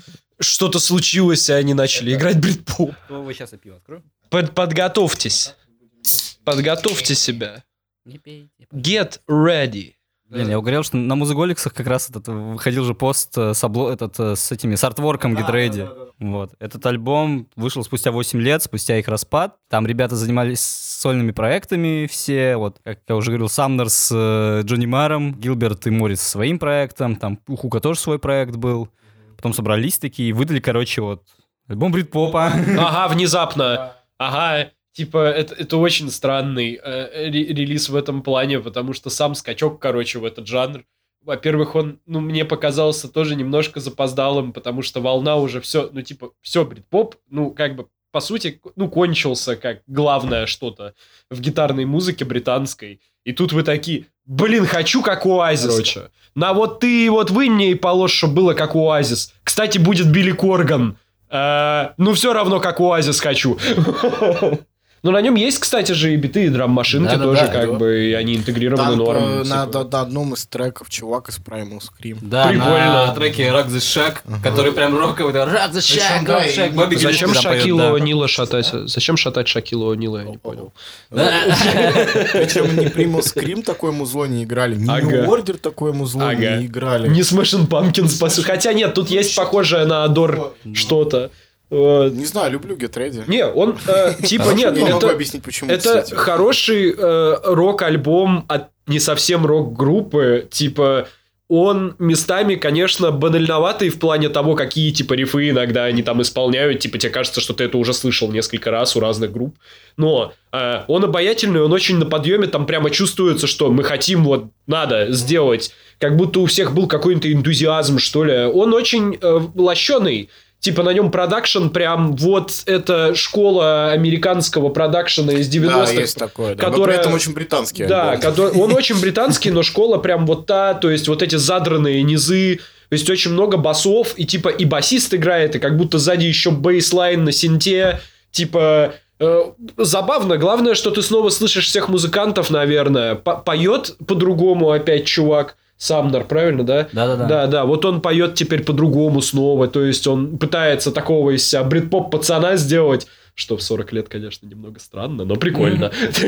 что-то случилось, и они начали играть брит-поп. Ну, вы сейчас я пиво открою. Под, подготовьтесь. Подготовьте себя. Get ready. Блин, я угорел, что на Музыголиксах как раз этот выходил же пост э, с, обло... этот, э, с этими с артворком Get Ready. Вот. Этот альбом вышел спустя восемь лет, спустя их распад. Там ребята занимались сольными проектами все. Вот, как я уже говорил, Самнер с э, Джонни Маром, Гилберт и Моррис со своим проектом. Там у Хука тоже свой проект был. Потом собрались такие и выдали, короче, вот альбом брит-попа. Ага, внезапно. Ага. Типа, это, это очень странный э, релиз в этом плане, потому что сам скачок, короче, в этот жанр, во-первых, он, ну, мне показался тоже немножко запоздалым, потому что волна уже все, ну, типа, все, брит-поп, ну, как бы, по сути, ну, кончился как главное что-то в гитарной музыке британской. И тут вы такие, блин, хочу как Оазис. Короче, на вот ты вот вынь мне и положь, чтобы было как Оазис. Кстати, будет Билли Корган. Э, ну, все равно как Оазис хочу. Ну, на нем есть, кстати же, и биты, и драм-машинки Да, да, тоже, да, как да. бы, и они интегрированы Там норм. э, на, типа. на- на одном из треков чувак из Primal Scream. Да, Прикольно. на треке Rock the Shack, который прям роковый. Rock the Shack, да, Rock the Shack. и- Бобби Зачем Гиллиспи там поет, Шакила да. О'Нила шатать? Зачем шатать Шакила О'Нила, я не понял. Причем не Primal Scream такое музло не играли, не Ага. New Order такое музло Ага. не играли. Не Smashing Pumpkins, по сути. Хотя нет, тут есть похожее на Адор что-то. Вот. Не знаю, люблю Get Ready. Не, он, э, типа, нет, не могу это... объяснить, почему, Это кстати. хороший э, рок-альбом от не совсем рок-группы, типа, он местами, конечно, банальноватый в плане того, какие, типа, рифы иногда они там исполняют, типа, тебе кажется, что ты это уже слышал несколько раз у разных групп, но э, он обаятельный, он очень на подъеме, там прямо чувствуется, что мы хотим, вот, надо сделать, как будто у всех был какой-то энтузиазм, что ли, он очень э, лощеный. Типа на нем продакшн прям вот это школа американского продакшена из девяностых. Да, есть такое, да. Которая... Но при этом очень британский Да, альбом. который... он очень британский, но школа прям вот та, то есть вот эти задранные низы, то есть очень много басов, и типа и басист играет, и как будто сзади еще бейслайн на синте, типа... э, забавно, главное, что ты снова слышишь всех музыкантов, наверное. По- поет по-другому опять чувак. Самнер, правильно, да? Да-да-да. Да, да, вот он поет теперь по-другому снова, то есть он пытается такого из себя брит-поп пацана сделать, что в сорок лет, конечно, немного странно, но прикольно.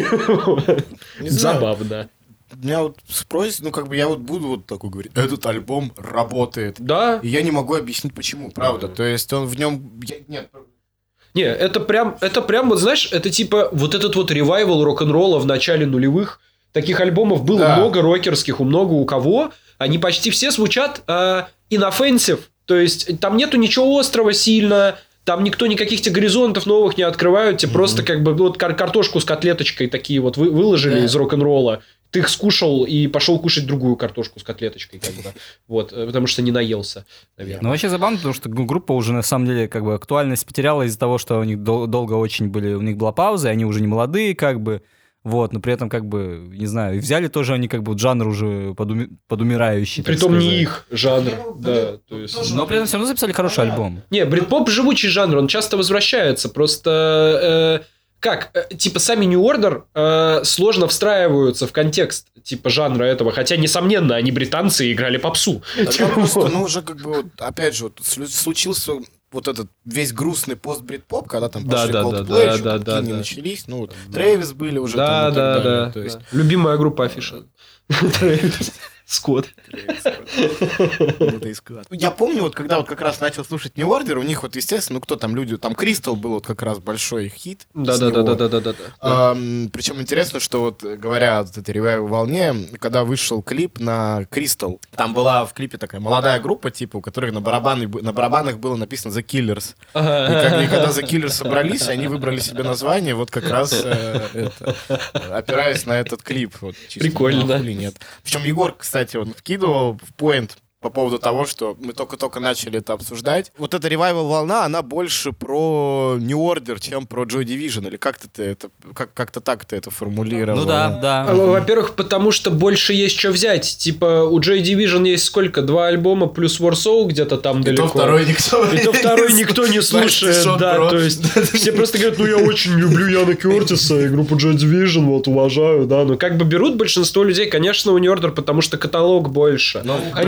Не знаю. Забавно. Меня вот спросят, ну как бы я вот буду вот такой говорить, этот альбом работает. Да? И я не могу объяснить, почему, правда. То есть он в нем... я- Нет, Не, это прям, это прям, вот знаешь, это типа вот этот вот ревайвал рок-н-ролла в начале нулевых. Таких альбомов было Да. много рокерских, у много у кого. Они почти все звучат э, inoffensive. То есть там нету ничего острого сильно. Там никто никаких тебе горизонтов новых не открывают. Тебе просто как бы вот кар- картошку с котлеточкой такие вот вы- выложили Да. из рок-н-ролла. Ты их скушал и пошел кушать другую картошку с котлеточкой. Как бы. Вот, э, потому что не наелся, наверное. Ну, вообще забавно, потому что ну, группа уже, на самом деле, как бы актуальность потеряла из-за того, что у них дол- долго очень были, у них была пауза, и они уже не молодые, как бы, вот, но при этом, как бы, не знаю, и взяли тоже они, как бы, жанр уже подуми- подумирающий, так Притом не сказать. их жанр. Да, то есть... Но при этом все равно записали хороший альбом. Не, брит-поп живучий жанр, он часто возвращается. Просто э, как, э, типа сами New Order э, сложно встраиваются в контекст типа жанра этого, хотя несомненно они британцы и играли попсу. Тогда просто, ну, уже как бы, вот, опять же, вот, слю- случился вот этот весь грустный пост-брит-поп, когда там Да, пошли да, Coldplay, да, еще да, какие да, не да. начались, ну, вот, Трэвис были уже Да, там и так да, далее, да, то есть... да. Любимая группа Афиша. Скотт. Я помню, вот когда вот как раз начал слушать New Order, у них вот, естественно, ну кто там люди, там Crystal был вот как раз большой хит. Да, с да, да, него. да, да, да, да. Ам, причем интересно, что вот говоря о вот этой ревайвал волне, когда вышел клип на Crystal, там была в клипе такая молодая группа, типа, у которых на, барабаны, на барабанах было написано The Killers. И, как- и когда The Killers собрались, они выбрали себе название, вот как раз э, это, опираясь на этот клип. Вот, чисто, Прикольно, ну, да. хули нет. Причем Егор, кстати, он вкидывал в поинт по поводу того, что мы только-только начали это обсуждать. Вот эта ревайвал волна, она больше про New Order, чем про Joy Division. Или как-то ты это, как- как-то так ты это формулировал? Ну да, да. А, Во-первых, потому что больше есть что взять. Типа, у Joy Division есть сколько? Два альбома плюс Warsaw где-то там И далеко. то второй никто И то второй никто не слушает, Знаешь, да, Шон то есть все просто говорят, ну я очень люблю Яна Кёртиса и группу Joy Division, вот, уважаю, да, но как бы берут большинство людей, конечно, у New Order, потому что каталог больше. Ну, Они блин, тебя может,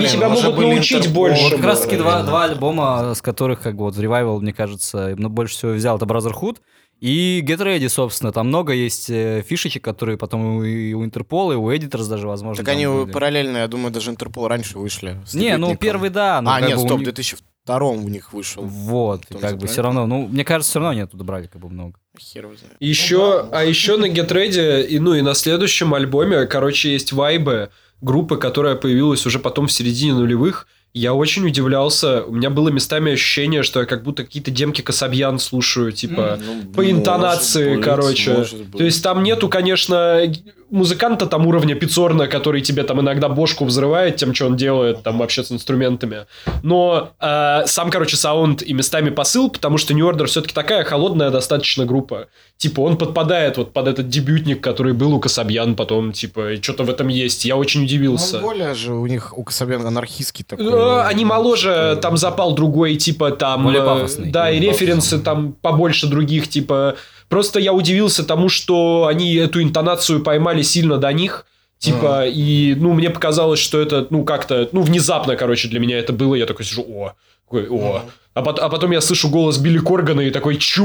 могут были научить Интерпол. больше. Вот как раз таки два, Именно. два альбома, с которых как бы вот в Revival, мне кажется, ну, больше всего взял, это Brotherhood и Get Ready, собственно. Там много есть э, фишечек, которые потом и у Интерпола, и у Editors даже, возможно. Так они были. параллельно, я думаю, даже Интерпол раньше вышли. с Не, ну дебютником. первый, да. Ну, А, как нет, бы у стоп, в них- две тысячи втором у них вышел. Вот, и Том как же бы правильно? все равно, ну, мне кажется, все равно они оттуда брали как бы много. Хер его знает. Еще, а еще на Get Ready, и, ну и на следующем альбоме, короче, есть вайбы группы, которая появилась уже потом в середине нулевых. Я очень удивлялся. У меня было местами ощущение, что я как будто какие-то демки Касабьян слушаю, типа, Ну, по может интонации, быть, короче. может быть. То есть там нету, конечно, музыканта там уровня Пиццорна, который тебе там иногда бошку взрывает тем, что он делает там вообще с инструментами. Но э, сам, короче, саунд и местами посыл, потому что New Order все-таки такая холодная достаточно группа. Типа он подпадает вот под этот дебютник, который был у Касабьян потом, типа, что-то в этом есть. Я очень удивился. Ну, более же у них, у Касабьян анархистский такой. Э, Они моложе, там запал другой, типа там... Более э, пафосный. Да, и Более референсы там побольше других, типа... Просто я удивился тому, что они эту интонацию поймали сильно до них. Типа, А. и, ну, мне показалось, что это, ну, как-то... Ну, внезапно, короче, для меня это было. Я такой сижу, о, такой, о. А, пот- а потом я слышу голос Билли Коргана и такой, чё?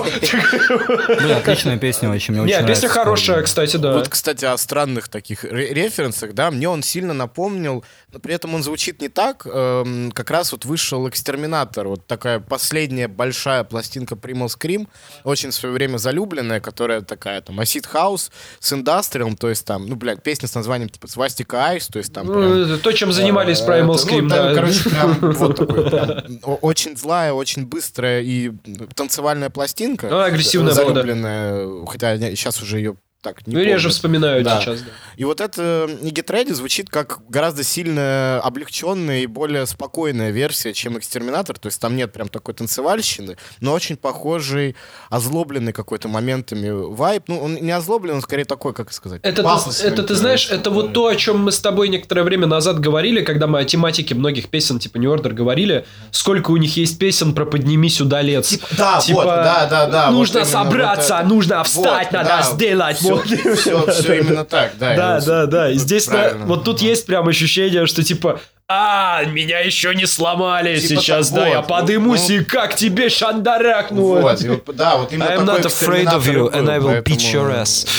Блин, отличная песня очень, мне очень Не, нравится. песня хорошая, кстати, да. Вот, кстати, о странных таких ре- референсах, да, мне он сильно напомнил, но при этом он звучит не так. эм, как раз вот вышел «Экстерминатор», вот такая последняя большая пластинка Primal Scream, очень в свое время залюбленная, которая такая там acid house с индастриалом, то есть там, ну, блядь, песня с названием типа «Свастика Айс», то есть там Ну, прям... это то, чем занимались Э, Primal это, ну, Scream, да, да. короче, прям вот такой прям о- очень злая, очень быстрая и танцевальная пластинка. Ну, агрессивная была, да. залюбленная, хотя сейчас уже ее так не Ну, реже помню. вспоминаю Да. сейчас, да. И вот это не Get Ready звучит как гораздо сильно облегченная и более спокойная версия, чем Экстерминатор. То есть там нет прям такой танцевальщины, но очень похожий, озлобленный какой-то моментами вайб. Ну, он не озлобленный, он скорее такой, как сказать, Это, пафосный, ты, это ты то знаешь, есть, это вот то, о чем мы с тобой некоторое время назад говорили, когда мы о тематике многих песен типа New Order говорили, сколько у них есть песен про «Подними сюда лец». Типа, да, Типа, вот, да, да, да. нужно вот именно собраться, вот это. нужно встать, Вот, надо да, сделать. Все, вот. все, все именно так, да. Да, и да, вот да. И здесь на- правильно. вот тут есть прям ощущение, что типа, а, меня еще не сломали, Типа сейчас, так, да, я вот, подымусь, ну, и как тебе шандарак, ну, Вот, и вот, да, вот именно I'm такой not afraid of Экстерминатор you, и был, and I will beat поэтому- your ass.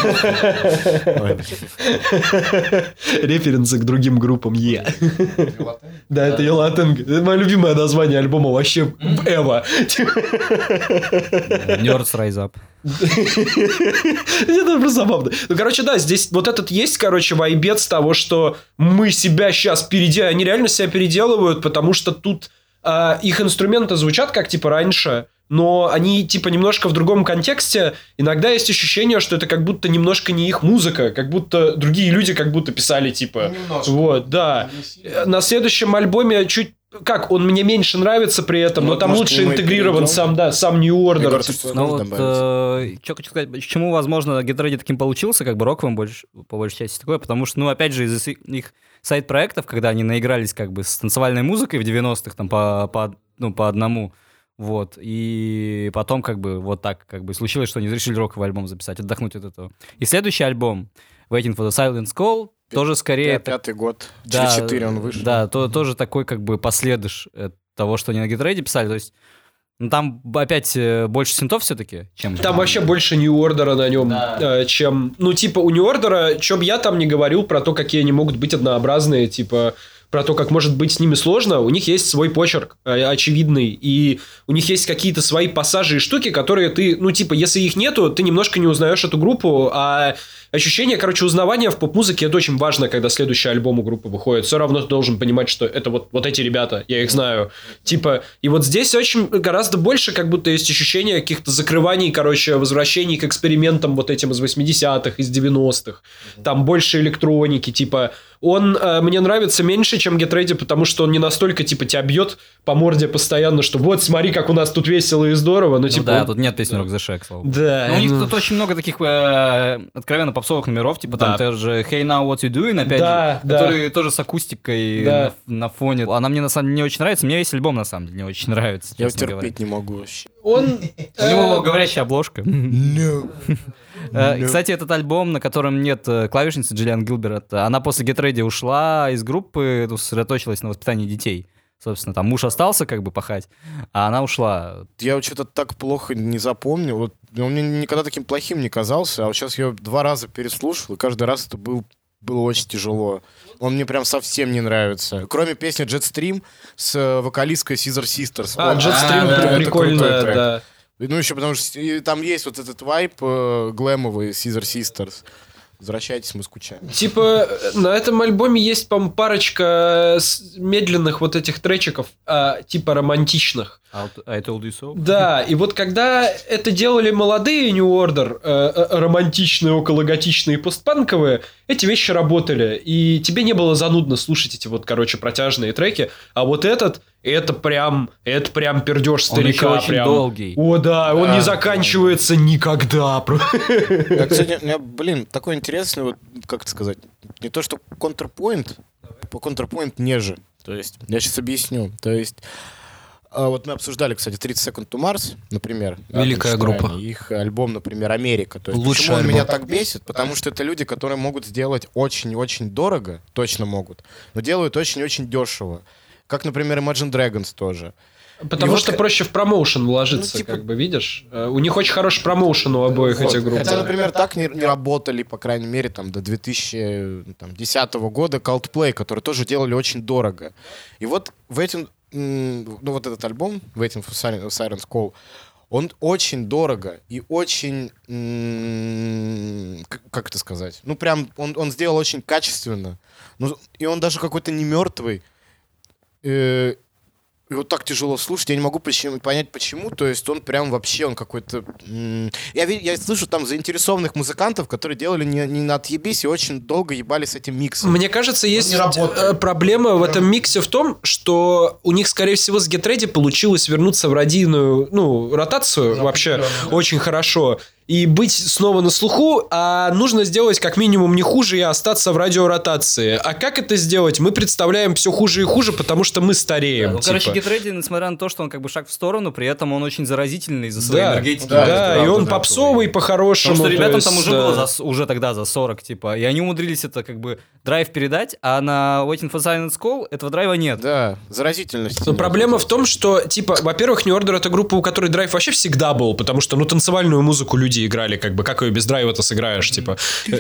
Ой, Референсы к другим группам, е. Да, это Елатенг. Это мое любимое название альбома вообще Эва. Nerds Rise Up. Это просто забавно. Ну, короче, да, здесь вот этот есть, короче, вайбец того, что мы себя сейчас переделываем. Они реально себя переделывают, потому что тут а, их инструменты звучат как, типа, раньше, но они, типа, немножко в другом контексте. Иногда есть ощущение, что это как будто немножко не их музыка, как будто другие люди как будто писали, типа... Немножко. Вот, да. На следующем альбоме чуть... Как, он мне меньше нравится при этом, Ну, но там может, лучше к нему и интегрирован перейдем? сам, да, сам New Order. Егор, типа. ты что Ну можешь вот, добавить? э, что хочу сказать, почему, возможно, Get Ready таким получился, как бы роковым больше, по большей части такое, потому что, ну, опять же, из их сайт-проектов, когда они наигрались как бы с танцевальной музыкой в девяностых, там, по, по, ну, по одному, вот, и потом как бы вот так как бы случилось, что они решили роковый альбом записать, отдохнуть от этого. И следующий альбом, Waiting for the Silence Call, тоже скорее... Пя- Пятый год. Да, Через четыре он вышел. Да, то, тоже такой как бы последыш э, того, что они на Get Ready писали. То есть, ну, там опять э, больше синтов все-таки, чем... Там вообще больше New Order на нем, Да. э, чем... Ну, типа, у New Order, что бы я там не говорил про то, какие они могут быть однообразные, типа... Про то, как может быть с ними сложно, у них есть свой почерк э, очевидный, и у них есть какие-то свои пассажи и штуки, которые ты, ну, типа, если их нету, ты немножко не узнаешь эту группу, а ощущение, короче, узнавания в поп-музыке, это очень важно, когда следующий альбом у группы выходит. Все равно ты должен понимать, что это вот, вот эти ребята, я их знаю. Типа, и вот здесь очень гораздо больше как будто есть ощущение каких-то закрываний, короче, возвращений к экспериментам вот этим из восьмидесятых, из девяностых. Там больше электроники, типа... Он э, мне нравится меньше, чем Get Ready, потому что он не настолько, типа, тебя бьет по морде постоянно, что вот, смотри, как у нас тут весело и здорово. Ну, Ну типа, да, он- тут нет песни Rock the Shack, слава богу. Да. Ну, у них ну, тут очень много таких э, откровенно попсовых номеров, типа Да. там тоже Hey Now What You Doing, опять Да, же, да. которые тоже с акустикой Да. на, на фоне. Она мне на самом деле не очень нравится, мне весь альбом на самом деле не очень нравится, Я его честно говоря. терпеть не могу вообще. Он... У него говорящая обложка. No. Э, Кстати, этот альбом, на котором нет э, клавишницы Джиллиан Гилберт, она после Get Ready ушла из группы, ну, сосредоточилась на воспитании детей. Собственно, там муж остался как бы пахать, а она ушла. Я что-то так плохо не запомнил. Вот, он мне никогда таким плохим не казался, а вот сейчас я два раза переслушал, и каждый раз это был, было очень тяжело. Он мне прям совсем не нравится. Кроме песни Jetstream с э, вокалисткой Scissor Sisters. А, Вот, Jetstream это- это прикольная, крутой трек. да. Ну, еще потому что и там есть вот этот вайб э, глэмовый Scissor Sisters. Возвращайтесь, мы скучаем. Типа, на этом альбоме есть, по-моему, парочка с- медленных вот этих тречиков, а, типа романтичных. I told you so. Да, и вот когда это делали молодые New Order, э, э, романтичные, окологотичные, постпанковые, эти вещи работали, и тебе не было занудно слушать эти вот, короче, протяжные треки, а вот этот, это прям, это прям пердеж Он еще старика. очень прям. долгий. О, да, он Да, не заканчивается никогда. Я, кстати, у меня, блин, такой интересный, вот, как это сказать, не то что контрпоинт, по контрпоинт ниже. То есть, я сейчас объясню. То есть, а, вот мы обсуждали, кстати, тридцать Seconds to Mars, например. да, Великая там, группа. Их альбом, например, «Америка». То есть, Лучший почему он альбом. меня так бесит? Потому что это люди, которые могут сделать очень-очень дорого, точно могут, но делают очень-очень дешево. Как, например, Imagine Dragons тоже. Потому И что вот- проще в промоушен вложиться, Ну, типа- как бы, видишь? Э, У них очень хороший промоушен у обоих Вот. этих групп. Хотя, например, так не, не работали, по крайней мере, там, до две тысячи десятого года Coldplay, которые тоже делали очень дорого. И вот в этом, м, ну вот этот альбом, в этом Siren's Call, он очень дорого и очень, м, к- как это сказать, ну прям он, он сделал очень качественно. Ну, и он даже какой-то не мертвый. Э, И вот так тяжело слушать, я не могу почему- понять, почему. То есть он прям вообще, он какой-то... м, Я, ви- я слышу там заинтересованных музыкантов, которые делали не, не на отъебись и очень долго ебали с этим миксом. Мне кажется, есть не работает. э, проблема в этом миксе в том, что у них, скорее всего, с Get Ready получилось вернуться в радийную, ну, ротацию вообще очень хорошо. И быть снова на слуху, а нужно сделать как минимум не хуже и остаться в радиоротации. А как это сделать? Мы представляем все хуже и хуже, потому что мы стареем. Ну, типа. короче, Get Ready, несмотря на то, что он как бы шаг в сторону, при этом он очень заразительный за своей Да, энергетикой. да, это и правда, он да, попсовый по-хорошему. Потому что то ребятам есть, там уже да. было за с- уже тогда за сорок, типа, и они умудрились это как бы драйв передать, а на Waiting for Silence Call этого драйва нет. Да, заразительность. Но проблема в том, что, типа, во-первых, New Order — это группа, у которой драйв вообще всегда был, потому что, ну, танцевальную музыку люди играли, как бы, как ее без драйва-то сыграешь, типа.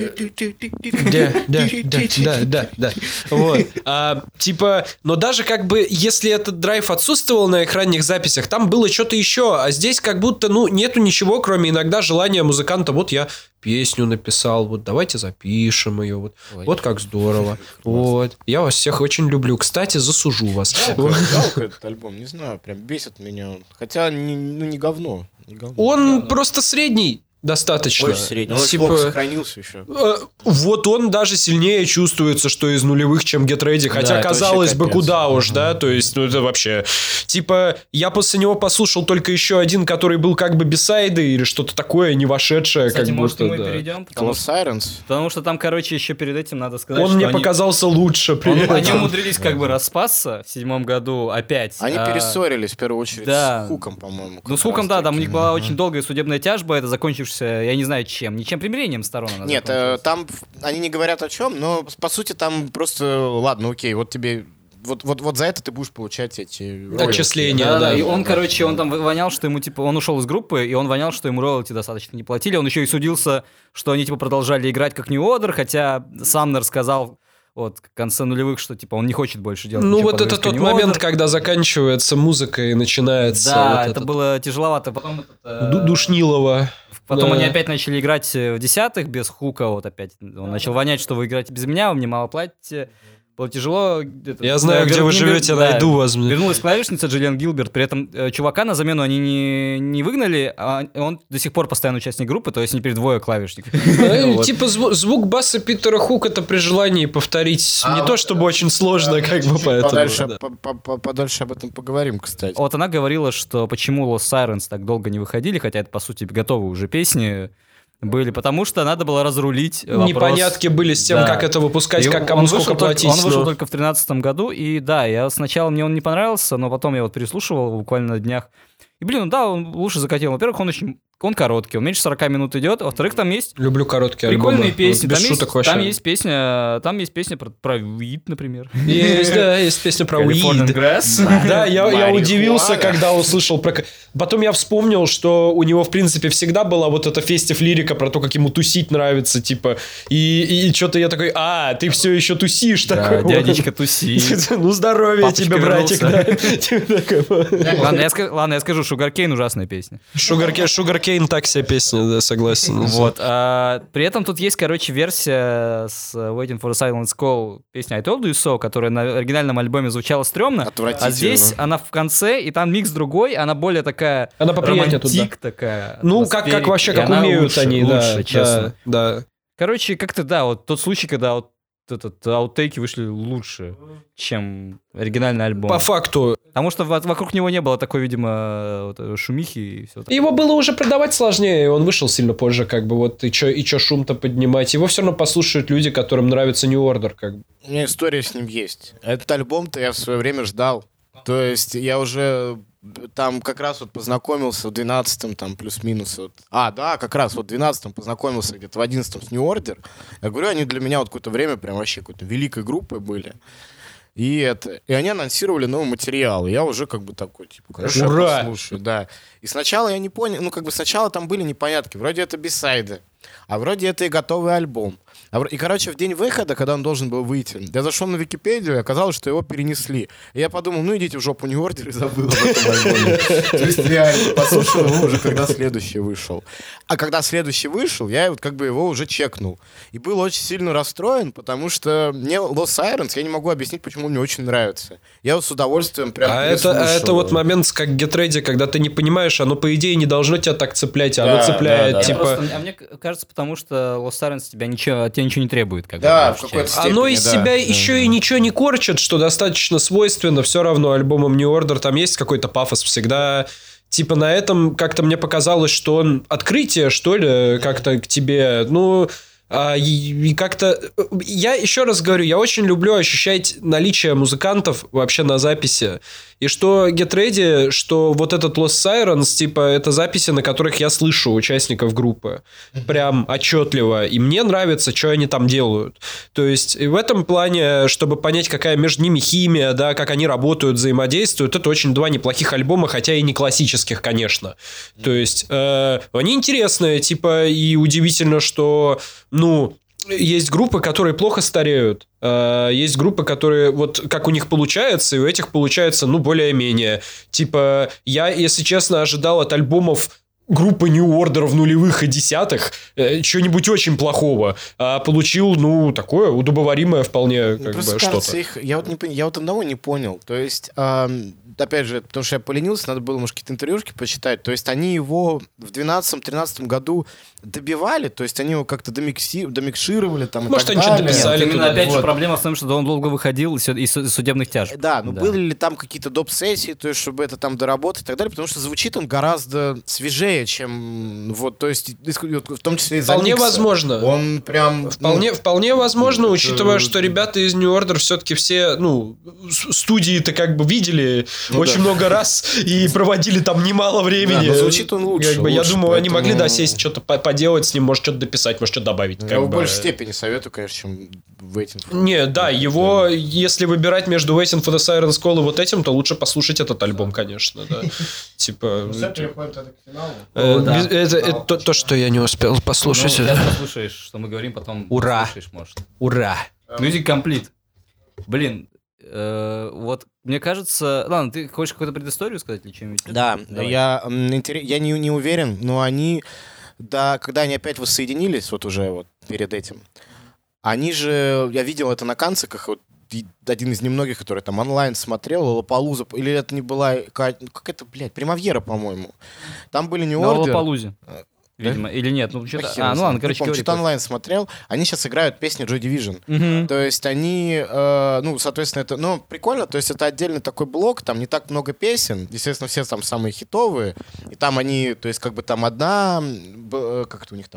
Да, да, да, да, да, да. Вот. А, типа, но даже как бы, если этот драйв отсутствовал на их ранних записях, там было что-то еще, а здесь как будто, ну, нету ничего, кроме иногда желания музыканта, вот я песню написал, вот давайте запишем ее, вот, вот как здорово, вот, я вас всех очень люблю, кстати, засужу вас. Жалко, жалко этот альбом, не знаю, прям бесит меня. он. Хотя, не, ну, не говно. Не говно. Он просто средний достаточно. Очень средний. Он очень Типа, плохо сохранился еще. э, вот он даже сильнее чувствуется, что из нулевых, чем Get Ready. Хотя, это казалось вообще бы, капец. куда уж, да? То есть, ну это вообще... Типа, я после него послушал только еще один, который был как бы бисайды или что-то такое, не вошедшее. Кстати, как может, будто, мы да. перейдем? Потому, Close Sirens. потому что там, короче, еще перед этим надо сказать, Он что мне они, показался лучше при он- этом. они умудрились как бы распасться в седьмом году опять. Они А, перессорились в первую очередь да. с Хуком, по-моему. Ну, как с Хуком, раз да, там у таки. них была очень долгая судебная тяжба, это закончившаяся, я не знаю чем, ничем примирением сторон она Нет, э, закончилась. там в- они не говорят о чем, но по сути там просто, ладно, окей, вот тебе, вот, вот, вот за это ты будешь получать эти роялти. Отчисления, Да, да, да. и он, короче, он там вонял, что ему, типа, он ушел из группы, и он вонял, что ему роялти достаточно не платили. Он еще и судился, что они, типа, продолжали играть как New Order, хотя Самнер сказал вот в конце нулевых, что, типа, он не хочет больше делать Ну, ничего вот под это вывеской тот New момент, Order. когда заканчивается музыка и начинается Да, вот это этот было тяжеловато. Потом, этот, э, ду- Душнилово. потом Да. они опять начали играть э, в десятых без Хука, вот опять. Он начал вонять, что вы играете без меня, вы мне мало платите. Было тяжело. где-то- Я знаю, Да, где вы Гилберт- живете, да, найду вас. мне. Вернулась клавишница Джиллиан Гилберт, при этом э, чувака на замену они не, не выгнали, а он до сих пор постоянный участник группы, то есть они перед двое клавишников. Ну, Вот. Типа зву- звук баса Питера Хука-то при желании повторить не то чтобы очень сложно, как бы поэтому. Подальше, да. по- по- по- подальше об этом поговорим, кстати. Вот она говорила, что почему Lost Sirens так долго не выходили, хотя это, по сути, готовые уже песни были, потому что надо было разрулить вопрос. Непонятки были с тем, Да. как это выпускать, И как он кому вышел сколько только- платить. Он вышел но- только в тринадцатом году, и да, я сначала мне он не понравился, но потом я вот переслушивал буквально на днях, И, блин, ну да, он лучше закатил. Во-первых, он очень... Он короткий, он меньше сорок минут идет. Во-вторых, там есть Люблю короткие прикольные альбомы. песни. Вот без там, шуток есть, вообще. там есть песня, там есть песня про, про weed, например. Есть, да, есть песня про Californian weed. Grass. Да, я, я Марихуана. удивился, когда услышал про... Потом я вспомнил, что у него, в принципе, всегда была вот эта фестив-лирика про то, как ему тусить нравится, типа. И, и, и что-то я такой, а, ты все еще тусишь, Да, такой. вот. дядечка, туси. Ну, здоровья Папочка тебе, братик. вернулся. Да. Типа такого. Ладно, я, ска- ладно, я скажу, Sugarcane ужасная песня. Шугарке- Шугаркейн так себе песня, да, согласен. Вот. а, при этом тут есть, короче, версия с Waiting for a Silent Call, песня I Told You So, которая на оригинальном альбоме звучала стрёмно. Отвратительно. А здесь она в конце, и там микс другой, она более такая Она поприятнее тут, да. романтик такая. Ну, как, как атмосферик, вообще, и как она умеют лучше, они, лучше, да, честно. да, да. Короче, как-то, да, вот тот случай, когда вот этот аутейки вышли лучше, чем оригинальный альбом. По факту, Потому что во- вокруг него не было такой, видимо, вот, шумихи и все такое. его было уже продавать сложнее, и он вышел сильно позже, как бы, вот, и чё, и чё шум-то поднимать. Его все равно послушают люди, которым нравится New Order, как бы. У меня история с ним есть. Этот альбом-то я в свое время ждал. То есть я уже там как раз вот познакомился в двенадцатом, там плюс-минус. Вот. А, да, как раз вот в двенадцатом познакомился где-то в одиннадцатом с New Order. Я говорю, они для меня вот какое-то время прям вообще какой-то великой группой были. И это, и они анонсировали новый материал. И я уже как бы такой, типа, хорошо, Ура! послушаю, да. И сначала я не понял, ну как бы сначала там были непонятки. Вроде это бисайды, а вроде это и готовый альбом. А, вро- и, короче, в день выхода, когда он должен был выйти, я зашел на Википедию, и оказалось, что его перенесли. И я подумал, ну идите в жопу, New Order, и забыл об этом альбоме. То есть реально послушал его уже, когда следующий вышел. А когда следующий вышел, я вот как бы его уже чекнул. И был очень сильно расстроен, потому что мне Lost Sirens, я не могу объяснить, почему он мне очень нравится. Я вот с удовольствием прям А это, а переслушал это вот его. момент, как Get Ready, когда ты не понимаешь, оно, по идее, не должно тебя так цеплять, а оно Да, цепляет, да, да. Я типа... просто- а мне к- кажется, потому что Lost Sirens тебя ничего, от тебя ничего не требует. Как Да, бы, в большей какой-то части. Оно степени, из да. себя Да, еще да. и ничего не корчит, что достаточно свойственно все равно альбомам New Order. Там есть какой-то пафос всегда. Типа на этом как-то мне показалось, что он открытие, что ли, как-то к тебе. Ну, а, и, и как-то... Я еще раз говорю, я очень люблю ощущать наличие музыкантов вообще на записи. И что Get Ready, что вот этот Lost Sirens, типа, это записи, на которых я слышу участников группы. Прям отчетливо. И мне нравится, что они там делают. То есть, и в этом плане, чтобы понять, какая между ними химия, да, как они работают, взаимодействуют, это очень два неплохих альбома, хотя и не классических, конечно. То есть, э, они интересные, типа, и удивительно, что, ну... Есть группы, которые плохо стареют. Э, Есть группы, которые вот как у них получается, и у этих получается, ну, более-менее. Типа, я, если честно, ожидал от альбомов группы New Order в нулевых и десятых э, чего-нибудь очень плохого. А получил, ну, такое удобоваримое вполне Ну, как просто бы кажется, что-то. их, я, вот не, пон- я вот одного не понял. То есть, ам, опять же, потому что я поленился, надо было, может, какие-то интервьюшки почитать. То есть, они его в двенадцатом-тринадцатом году добивали, то есть, они его как-то домикси, домикшировали там и Может, так они что-то далее. дописали. Именно, туда. опять же, Вот. проблема в том, что он долго выходил из из судебных тяжб. Да, ну Да. были ли там какие-то доп-сессии, то есть, чтобы это там доработать и так далее, потому что звучит он гораздо свежее, чем вот, то есть, иск- в том числе из-за Вполне микса. возможно. Он прям... Вполне, ну, вполне возможно, это- учитывая, что ребята из New Order все-таки все, ну, с- студии-то как бы видели Ну очень да. много раз и проводили там немало времени. Да, но звучит он лучше, Как бы, я лучше, думаю, они могли поэтому- досесть, что-то по- поделать с ним, может, что-то дописать, может, что-то добавить. я как его в бы. большей степени советую, конечно, чем Waiting for... Не, да, его, если выбирать между Waiting for the Sirens Call и вот этим, то лучше послушать этот альбом, конечно, да. Типа... переходим тогда к финалу. э, О, да. без- Это это то- то, что я не успел Ну, послушать. сейчас послушаешь, что мы говорим, потом Ура. послушаешь, может. Ура! Music Complete. Блин, э, вот мне кажется... Ладно, ты хочешь какую-то предысторию сказать или чем-нибудь? Да, Давай. я, м, интере- я не, не уверен, но они, да, когда они опять воссоединились, вот уже вот перед этим, они же, я видел это на канциках, вот и один из немногих, который там онлайн смотрел, Лолапалуза, или это не была, ка- ну, как это, блядь, Примавьера, по-моему. Там были New На Order. Лолапалузе. Видимо, или нет, ну Да что-то... хер А, его ну ладно, знает. короче, помню, говори. что-то онлайн смотрел, они сейчас играют песни Joy Division. Мгм. То есть они, э, ну, соответственно, это, ну, прикольно, то есть это отдельный такой блок, там не так много песен, естественно, все там самые хитовые, и там они, то есть как бы там одна, б- как это у них там,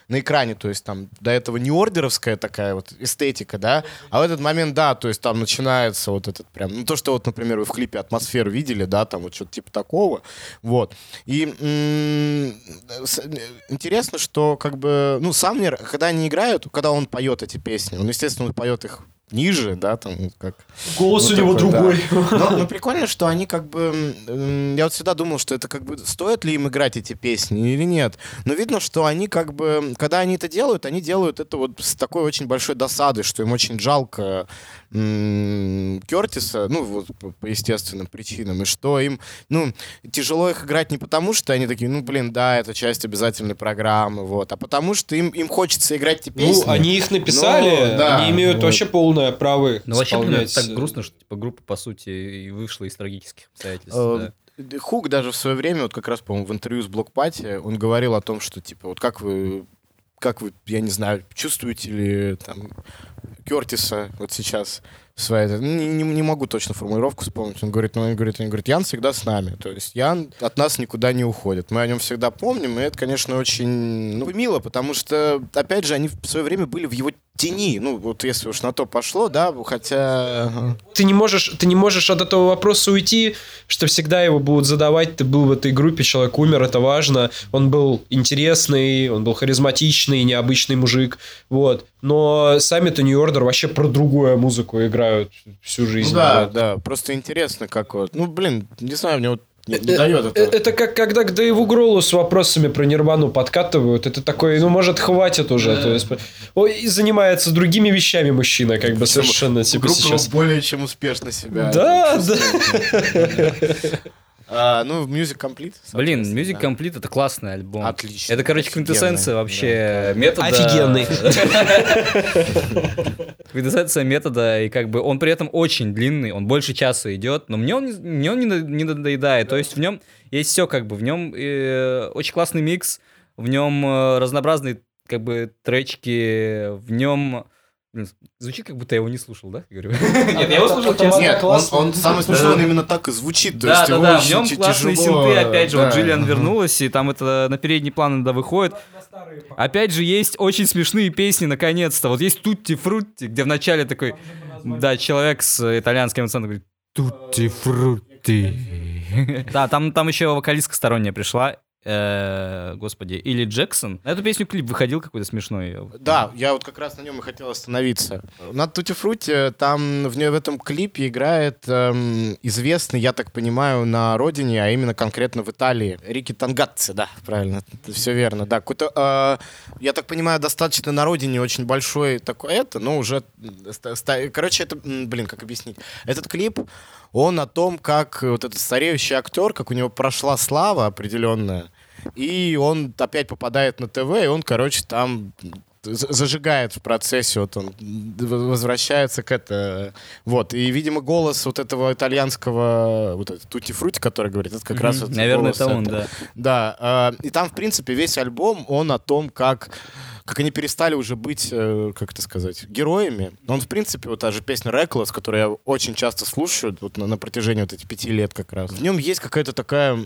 на экране, то есть там до этого неордеровская такая вот эстетика, да, а в этот момент, да, то есть там начинается вот этот прям, ну то, что вот, например, вы в клипе «Атмосферу» видели, да, там вот что-то типа такого, вот. И м- с- интересно, что как бы, ну, Самнер, когда они играют, когда он поет эти песни, он, естественно, он поет их ниже, да, там, как... Голос вот у него такой, другой. да. Но, но прикольно, что они как бы... м, Я вот всегда думал, что это как бы... Стоит ли им играть эти песни или нет? Но видно, что они как бы... Когда они это делают, они делают это вот с такой очень большой досадой, что им очень жалко м, Кертиса, ну, вот по, по естественным причинам, и что им, ну, тяжело их играть не потому, что они такие, ну, блин, да, это часть обязательной программы, вот, а потому что им, им хочется играть эти песни. Ну, они их написали, Ну, да, они имеют вот. вообще полное право их Ну, вообще, блин, это исполнять. так грустно, что типа группа, по сути, и вышла из трагических обстоятельств. Э, да. Хук даже в свое время, вот как раз, по-моему, в интервью с Block Party, он говорил о том, что, типа, вот как вы, как вы, я не знаю, чувствуете ли там Кертиса вот сейчас своя, не, не, не могу точно формулировку вспомнить. Он говорит, ну, он говорит, он говорит, Ян всегда с нами. То есть Ян от нас никуда не уходит. Мы о нем всегда помним, и это, конечно, очень ну, мило, потому что, опять же, они в свое время были в его тени. Ну, вот если уж на то пошло, да, хотя... ага. Ты не можешь, ты не можешь от этого вопроса уйти, что всегда его будут задавать. Ты был в этой группе, человек умер, это важно. Он был интересный, он был харизматичный, необычный мужик. Вот. Но сами-то New Order вообще про другую музыку играют всю жизнь. Ну, да, Вот. да, просто интересно, как вот... Ну, блин, не знаю, мне вот не, не Э, дает э, это. Это как когда к Дэйву Гроллу с вопросами про Нирвану подкатывают. Это такой, ну, может, хватит уже. То есть, ой, и занимается другими вещами мужчина, как бы совершенно типа Группа сейчас. более чем успешно себя. Да, да. А, ну, Music Complete. Блин, соответственно, Music да. Complete — это классный альбом. Отлично. Это, короче, Офигенный. квинтэссенция вообще метода... Офигенный. Квинтэссенция метода, и как бы он при этом очень длинный, он больше часа идет, но мне он, не- мне он не, на- не надоедает. То есть в нем есть все, как бы, в нем э, очень классный микс, в нем э, разнообразные, как бы, тречки, в нем... Блин, звучит, как будто я его не слушал, да? Говорю. Нет, я его слушал, честно. Нет, он, классно. он самый смешной, он именно так и звучит. То Да, есть да, его да, в очень нем ти- классные тяжело, синты, опять же, да. вот Джиллиан вернулась, и там это на передний план иногда выходит. Опять же, есть очень смешные песни, наконец-то. Вот есть Тутти Фрутти, где вначале такой, да, человек с итальянским акцентом говорит Тутти Фрутти. Да, там, там еще вокалистка сторонняя пришла. э, Господи, или Джексон. На эту песню клип выходил какой-то смешной. Да, я вот как раз на нем и хотел остановиться. На Тути Фрути там в, ней, в этом клипе играет эм, известный, я так понимаю, на родине, а именно конкретно в Италии, Рики Тангатци, да, правильно, все верно, да. Какой-то, э, я так понимаю, достаточно на родине очень большой такой это, но уже, ста- ста- короче, это, м, блин, как объяснить? Этот клип, он о том, как вот этот стареющий актер, как у него прошла слава определенная, и он опять попадает на ТВ, и он, короче, там з- зажигает в процессе, вот он в- возвращается к это, вот, и, видимо, голос вот этого итальянского, вот этот Тути Фрути, который говорит, это как раз вот Наверное, голос это он, это. да. Да, а, и там, в принципе, весь альбом, он о том, как, как они перестали уже быть, э, как это сказать, героями. Он, в принципе, вот та же песня Reckless, которую я очень часто слушаю вот на, на протяжении вот этих пяти лет как раз. В нем есть какая-то такая,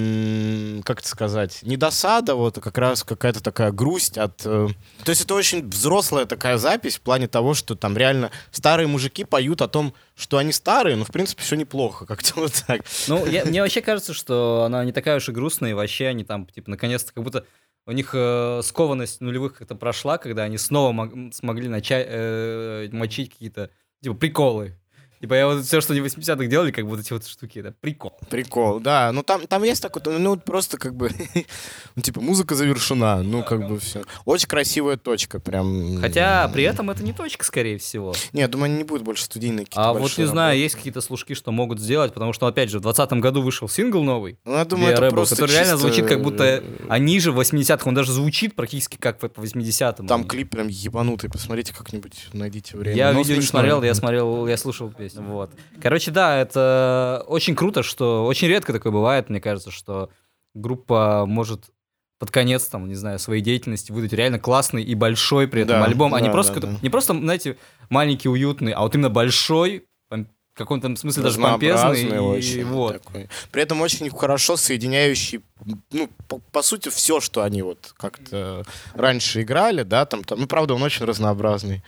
м, как это сказать, не досада, вот, а как раз какая-то такая грусть от... э, То есть это очень взрослая такая запись в плане того, что там реально старые мужики поют о том, что они старые, но, в принципе, все неплохо, как-то вот так. Ну, я- мне вообще кажется, что она не такая уж и грустная, и вообще они там, типа, наконец-то, как будто у них э, скованность нулевых как-то прошла, когда они снова мог- смогли начать э, мочить какие-то, типа, приколы. Типа, я вот все, что они в восьмидесятых делали, как бы вот эти вот штуки, это прикол. Прикол, да. Ну там, там есть такой, ну вот просто как бы, ну типа музыка завершена, ну как бы все. Очень красивая точка, прям. Хотя при этом это не точка, скорее всего. Не, я думаю, они не будут больше студийные какие-то А вот большие не знаю, работы. есть какие-то служки, что могут сделать, потому что, опять же, в двадцатом году вышел сингл новый, Ну я думаю, Via это Rebel, просто который реально чисто, звучит, как будто э, они же в восьмидесятых, он даже звучит практически как по восьмидесятым. Там клип прям ебанутый, посмотрите как-нибудь, найдите время. Я Ну, видео не смешно. смотрел, я смотрел, я слушал песню. Вот. Короче, да, это очень круто, что очень редко такое бывает, мне кажется, что группа может под конец, там, не знаю, своей деятельности выдать реально классный и большой при этом Да, альбом, а не да, просто, да, да. не просто, знаете, маленький, уютный, а вот именно большой, прям в каком-то смысле даже помпезный. И, очень, вот. Такой. При этом очень хорошо соединяющий, ну, по, по сути, все, что они вот как-то раньше играли, да, там, там, ну, правда, он очень разнообразный.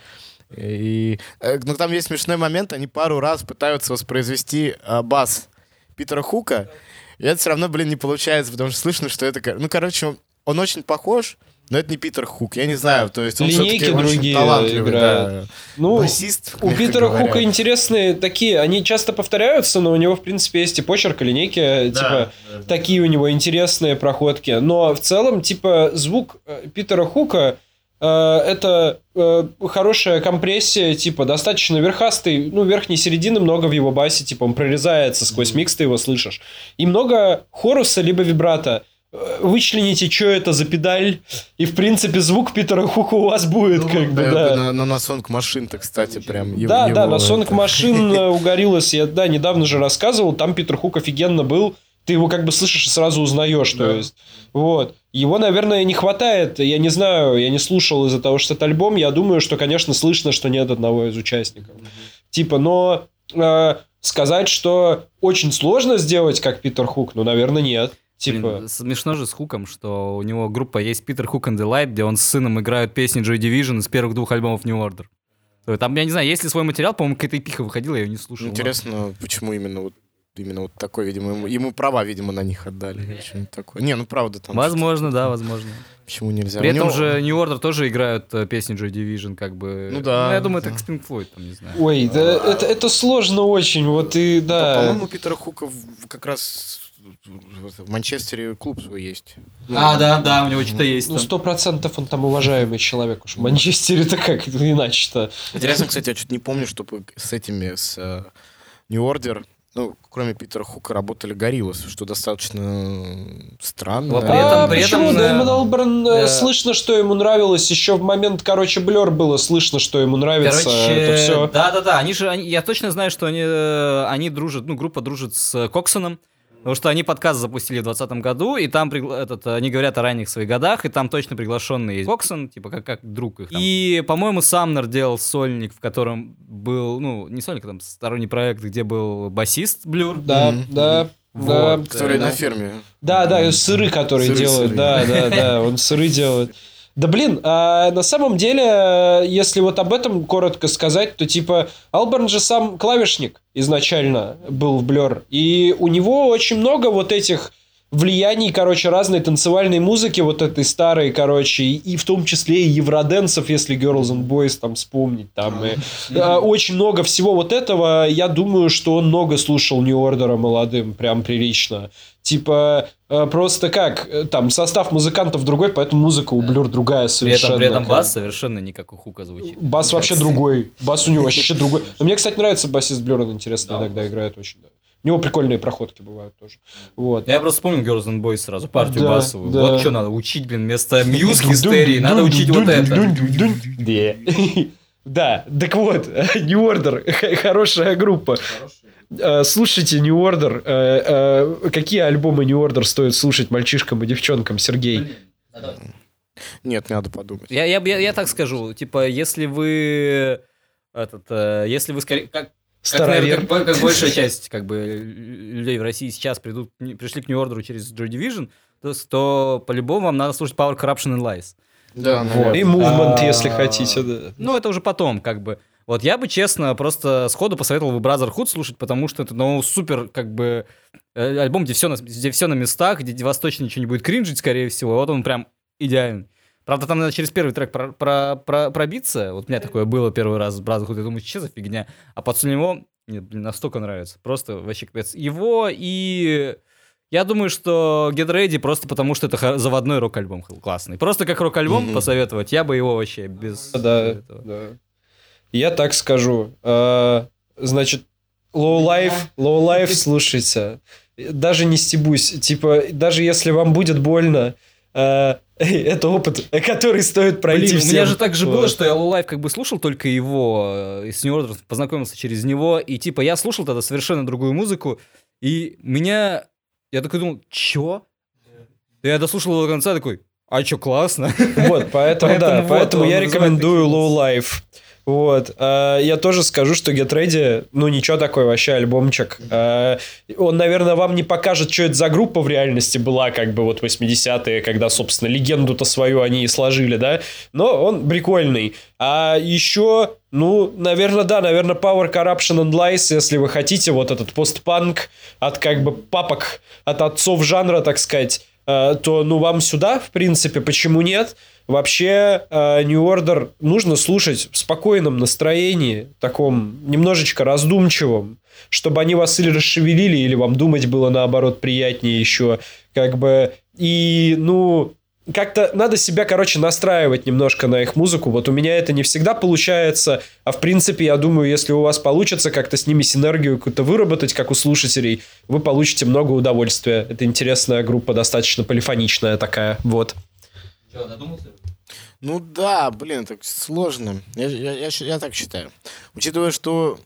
И, ну, там есть смешной момент, они пару раз пытаются воспроизвести а, бас Питера Хука, и это все равно, блин, не получается, потому что слышно, что это... Ну, короче, он, он очень похож, но это не Питер Хук, я не знаю, то есть он линейки все-таки очень другие талантливый, играют. да, Ну, басист, у мягко Питера говоря. Хука интересные такие, они часто повторяются, но у него, в принципе, есть и почерк, и линейки, Да, типа, да, да. такие у него интересные проходки. Но в целом, типа, звук э, Питера Хука э, это э, хорошая компрессия, типа, достаточно верхастый, ну, верхней середины много в его басе, типа, он прорезается сквозь микс, ты его слышишь. И много хоруса, либо вибрато. Вычлените, что это за педаль, и, в принципе, звук Питера Хука у вас будет, Ну, как бы, да, да. На, на, на Sonic Machine-то, кстати, прям его, Да, да, его на Sonic это- Machine у Gorillaz я, да, недавно же рассказывал, там Питер Хук офигенно был, ты его как бы слышишь и сразу узнаешь, то Да. есть, вот. Его, наверное, не хватает, я не знаю, я не слушал из-за того, что это альбом, я думаю, что, конечно, слышно, что нет одного из участников. Типа, но э, сказать, что очень сложно сделать, как Питер Хук, ну, наверное, нет. Типа... Блин, смешно же с Хуком, что у него группа есть Питер Хук and the Light, где он с сыном играют песни Joy Division из первых двух альбомов New Order. Там, я не знаю, есть ли свой материал, по-моему, какая-то эпиха выходила, я ее не слушал. Интересно, почему именно вот именно вот такой, видимо, ему, ему права, видимо, на них отдали. или что-нибудь такое. Не, ну правда там. Возможно, да, возможно. Почему нельзя? При У этом него- же New Order тоже играют э, песни Joy Division, как бы. Ну да, я думаю, да. это как Pink Floyd, там, не знаю. Ой, да, это, это сложно очень, вот и, По- да. По-моему, у Питера Хука в- как раз в в Манчестере клуб свой есть. А, да, да, у него что-то есть. Ну, там. сто процентов он там уважаемый человек. Уж в Манчестере-то как иначе-то. Интересно, кстати, я что-то не помню, чтобы с этими, с э, New Order, ну, кроме Питера Хука, работали Gorillaz, что достаточно странно. Вот при А этом- при почему? этом, Дэймон э, Алберн, э, э, слышно, что ему нравилось. Еще в момент, короче, Blur было слышно, что ему нравится. Короче, Это все. да-да-да, они же, они- я точно знаю, что они, э, они дружат, ну, группа дружит с Коксоном, потому что они подкаст запустили в двадцатом году, и там пригла- этот, они говорят о ранних своих годах, и там точно приглашенный есть Коксон, типа как, как друг их. И, по-моему, Самнер делал сольник, в котором был, ну, не сольник, а там сторонний проект, где был басист Блюр. Да, Мгм. да. Да, Вот. Который Да. на ферме. да, да, сыры, которые Сыры, делают. сыры. Да, да, да, он сыры делает. Да блин, а на самом деле, если вот об этом коротко сказать, то типа Алберн же сам клавишник изначально был в Blur, и у него очень много вот этих влияний, короче, разной танцевальной музыки, вот этой старой, короче, и, и в том числе и евроденсов, если Girls and Boys там вспомнить, там, и, а, очень много всего вот этого, я думаю, что он много слушал New Order молодым, прям прилично. Типа, э, просто как, э, там, состав музыкантов другой, поэтому музыка у Blur другая При совершенно. этом, при этом как- бас совершенно не как у Хука звучит. Бас вообще другой. Бас у него вообще другой. Но мне, кстати, нравится басист Blur, он интересно Да, иногда играет очень. Да. У него прикольные проходки бывают тоже. Вот. Я просто вспомнил Girls and Boys сразу, партию Да, басовую. да. Вот что надо учить, блин, вместо мьюз хистерии, надо учить вот это. Да, так вот, New Order, х- хорошая группа. Э, Слушайте New Order. Э, э, Какие альбомы New Order стоит слушать мальчишкам и девчонкам, Сергей? Нет, надо подумать. Я, я, я, я так скажу, типа, если вы... Этот, э, если вы скорее... Как, как, наверное, Старовер. как, как большая часть как бы, людей в России сейчас придут, не- пришли к New Order через Joy Division, то, то по-любому вам надо слушать Power, Corruption and Lies. Да, Вот. И наверное. Movement, А, если хотите, да. Ну, это уже потом, как бы. Вот я бы, честно, просто сходу посоветовал бы Brotherhood слушать, потому что это, ну, супер, как бы, э, альбом, где все на, где все на местах, где вас точно ничего не будет кринжить, скорее всего. Вот он прям идеальный. Правда, там надо через первый трек про, про, про- пробиться. Вот у меня такое было первый раз с Brotherhood. Я думаю, что за фигня? А после него, мне, блин, настолько нравится. Просто вообще капец. Его и... Я думаю, что Get Ready просто потому, что это хо- заводной рок-альбом классный. Просто как рок-альбом Мгм. посоветовать, я бы его вообще без... Да, этого. да. Я так скажу. А, Значит, Low Life, Low Life слушайте. Даже не стебусь. Типа, даже если вам будет больно, а, это опыт, который стоит пройти Блин, у всем. меня же так же Вот. было, что я Low Life как бы слушал только его, э, и с New Order познакомился через него, и типа я слушал тогда совершенно другую музыку, и меня... Я такой думал, чё? Я дослушал его до конца, такой, а чё, классно? Вот, поэтому, да, Поэтому вот поэтому он я вызывает рекомендую такие Low Life. Вот. А, я тоже скажу, что Get Ready, ну, ничего такой вообще альбомчик. А, он, наверное, вам не покажет, что это за группа в реальности была, как бы вот восьмидесятые, когда, собственно, легенду-то свою они и сложили, да? Но он прикольный. А еще, ну, наверное, да, наверное, Power, Corruption and Lies, если вы хотите, вот этот постпанк от, как бы, папок, от отцов жанра, так сказать, то, ну, вам сюда, в принципе, почему нет? Вообще, New Order нужно слушать в спокойном настроении, таком немножечко раздумчивом, чтобы они вас или расшевелили, или вам думать было, наоборот, приятнее еще, как бы, и, ну, как-то надо себя, короче, настраивать немножко на их музыку. Вот у меня это не всегда получается, а в принципе, я думаю, если у вас получится как-то с ними синергию какую-то выработать, как у слушателей, вы получите много удовольствия. Это интересная группа, достаточно полифоничная такая, вот. Что, додумался? Ну да, блин, так сложно. Я, я, я, я так считаю. Учитывая, что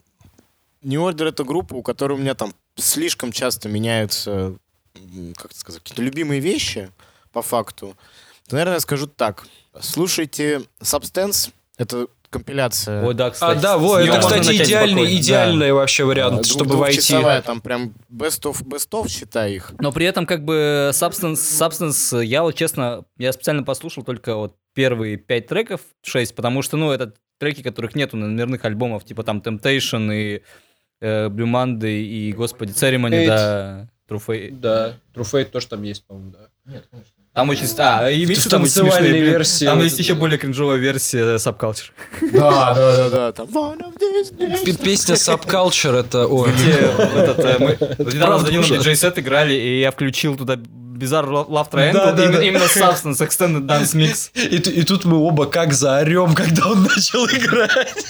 New Order — это группа, у которой у меня там слишком часто меняются, как сказать, какие-то любимые вещи, по факту, то, наверное, я скажу так. Слушайте Substance, это компиляция. Ой, да, кстати. А, да, вот, это, кстати, идеальный, идальный да. вообще вариант, да, чтобы войти. Там прям best of, best of, считай их. Но при этом, как бы, Substance, Substance, я вот, честно, я специально послушал только вот первые пять треков, шесть, потому что, ну, это треки, которых нету на номерных альбомах, типа там Temptation и э, Blue Monday и, господи, Ceremony, да, True Fate. Да, True Fate тоже там есть, по-моему, да. Нет, конечно. Там очень... А, и видишь, там очень танцевальные смешные версии. Там вот есть это. еще более кринжовая версия Subculture. Да, да, да, да. Там One of these days. Песня Subculture это... Ой. Где этот, э, мы недавно с Данилом диджей-сет играли, и я включил туда Bizarre Love Triangle, Да, да, именно, да. именно Substance, Extended Dance Mix. И, ту- и тут мы оба как заорем, когда он начал играть.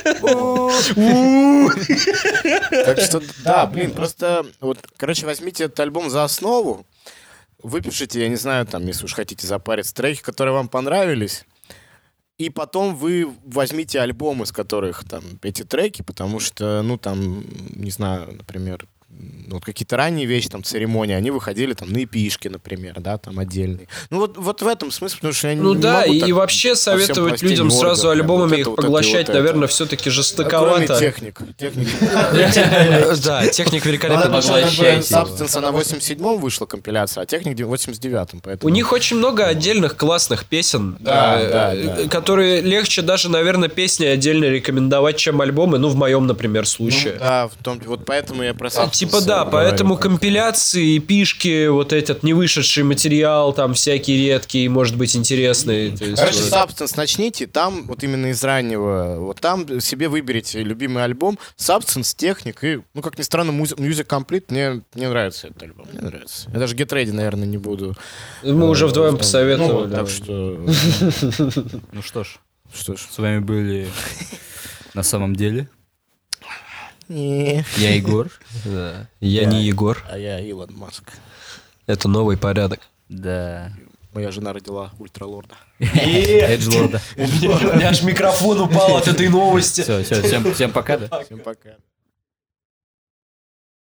Так что, да, блин, просто, вот, короче, возьмите этот альбом за основу, выпишите, я не знаю, там, если уж хотите запариться, треки, которые вам понравились, и потом вы возьмите альбом, из которых там эти треки, потому что, ну, там, не знаю, например, ну, вот какие-то ранние вещи, там, церемонии, они выходили там на эпишке, например, да, там, отдельные. Ну, вот, вот в этом смысле, потому что я Ну не да, могу и, так и вообще по всем советовать пластинам людям New Order, сразу прям, альбомами вот это, их вот это, поглощать, вот это. наверное, все-таки Кроме жестоковато. техник. Техник. Да, техник великолепно. Ладно, потому что, как бы, Поглощайте его. Substance, она в восемьдесят седьмом вышла компиляция, а техник в восемьдесят девятом, поэтому... У них очень много отдельных классных песен, Да, э, да, э, да. которые легче даже, наверное, песни отдельно рекомендовать, чем альбомы, ну, в моем, например, случае. Да, в том, вот поэтому я про Substance Типа да, говорю, поэтому как- компиляции, пишки, вот этот невышедший материал, там всякие редкие, может быть, интересные. То есть, Короче, вот. Substance начните, там, вот именно из раннего, вот там себе выберите любимый альбом, Substance, техник и, ну, как ни странно, Music, Music Complete, мне, мне нравится этот альбом, мне нравится. Я даже Get Ready, наверное, не буду. Мы уже э, вдвоем там, посоветовали. ну, так что... Ну что ж, Что ж. с вами были на самом деле Не. я Егор. Да. Я Да. не Егор. А я Илон Маск. Это новый порядок. Да. Моя жена родила ультралорда. Эджлорда. У меня аж микрофон упал от этой новости. Все, все, всем, всем пока, да? Всем пока.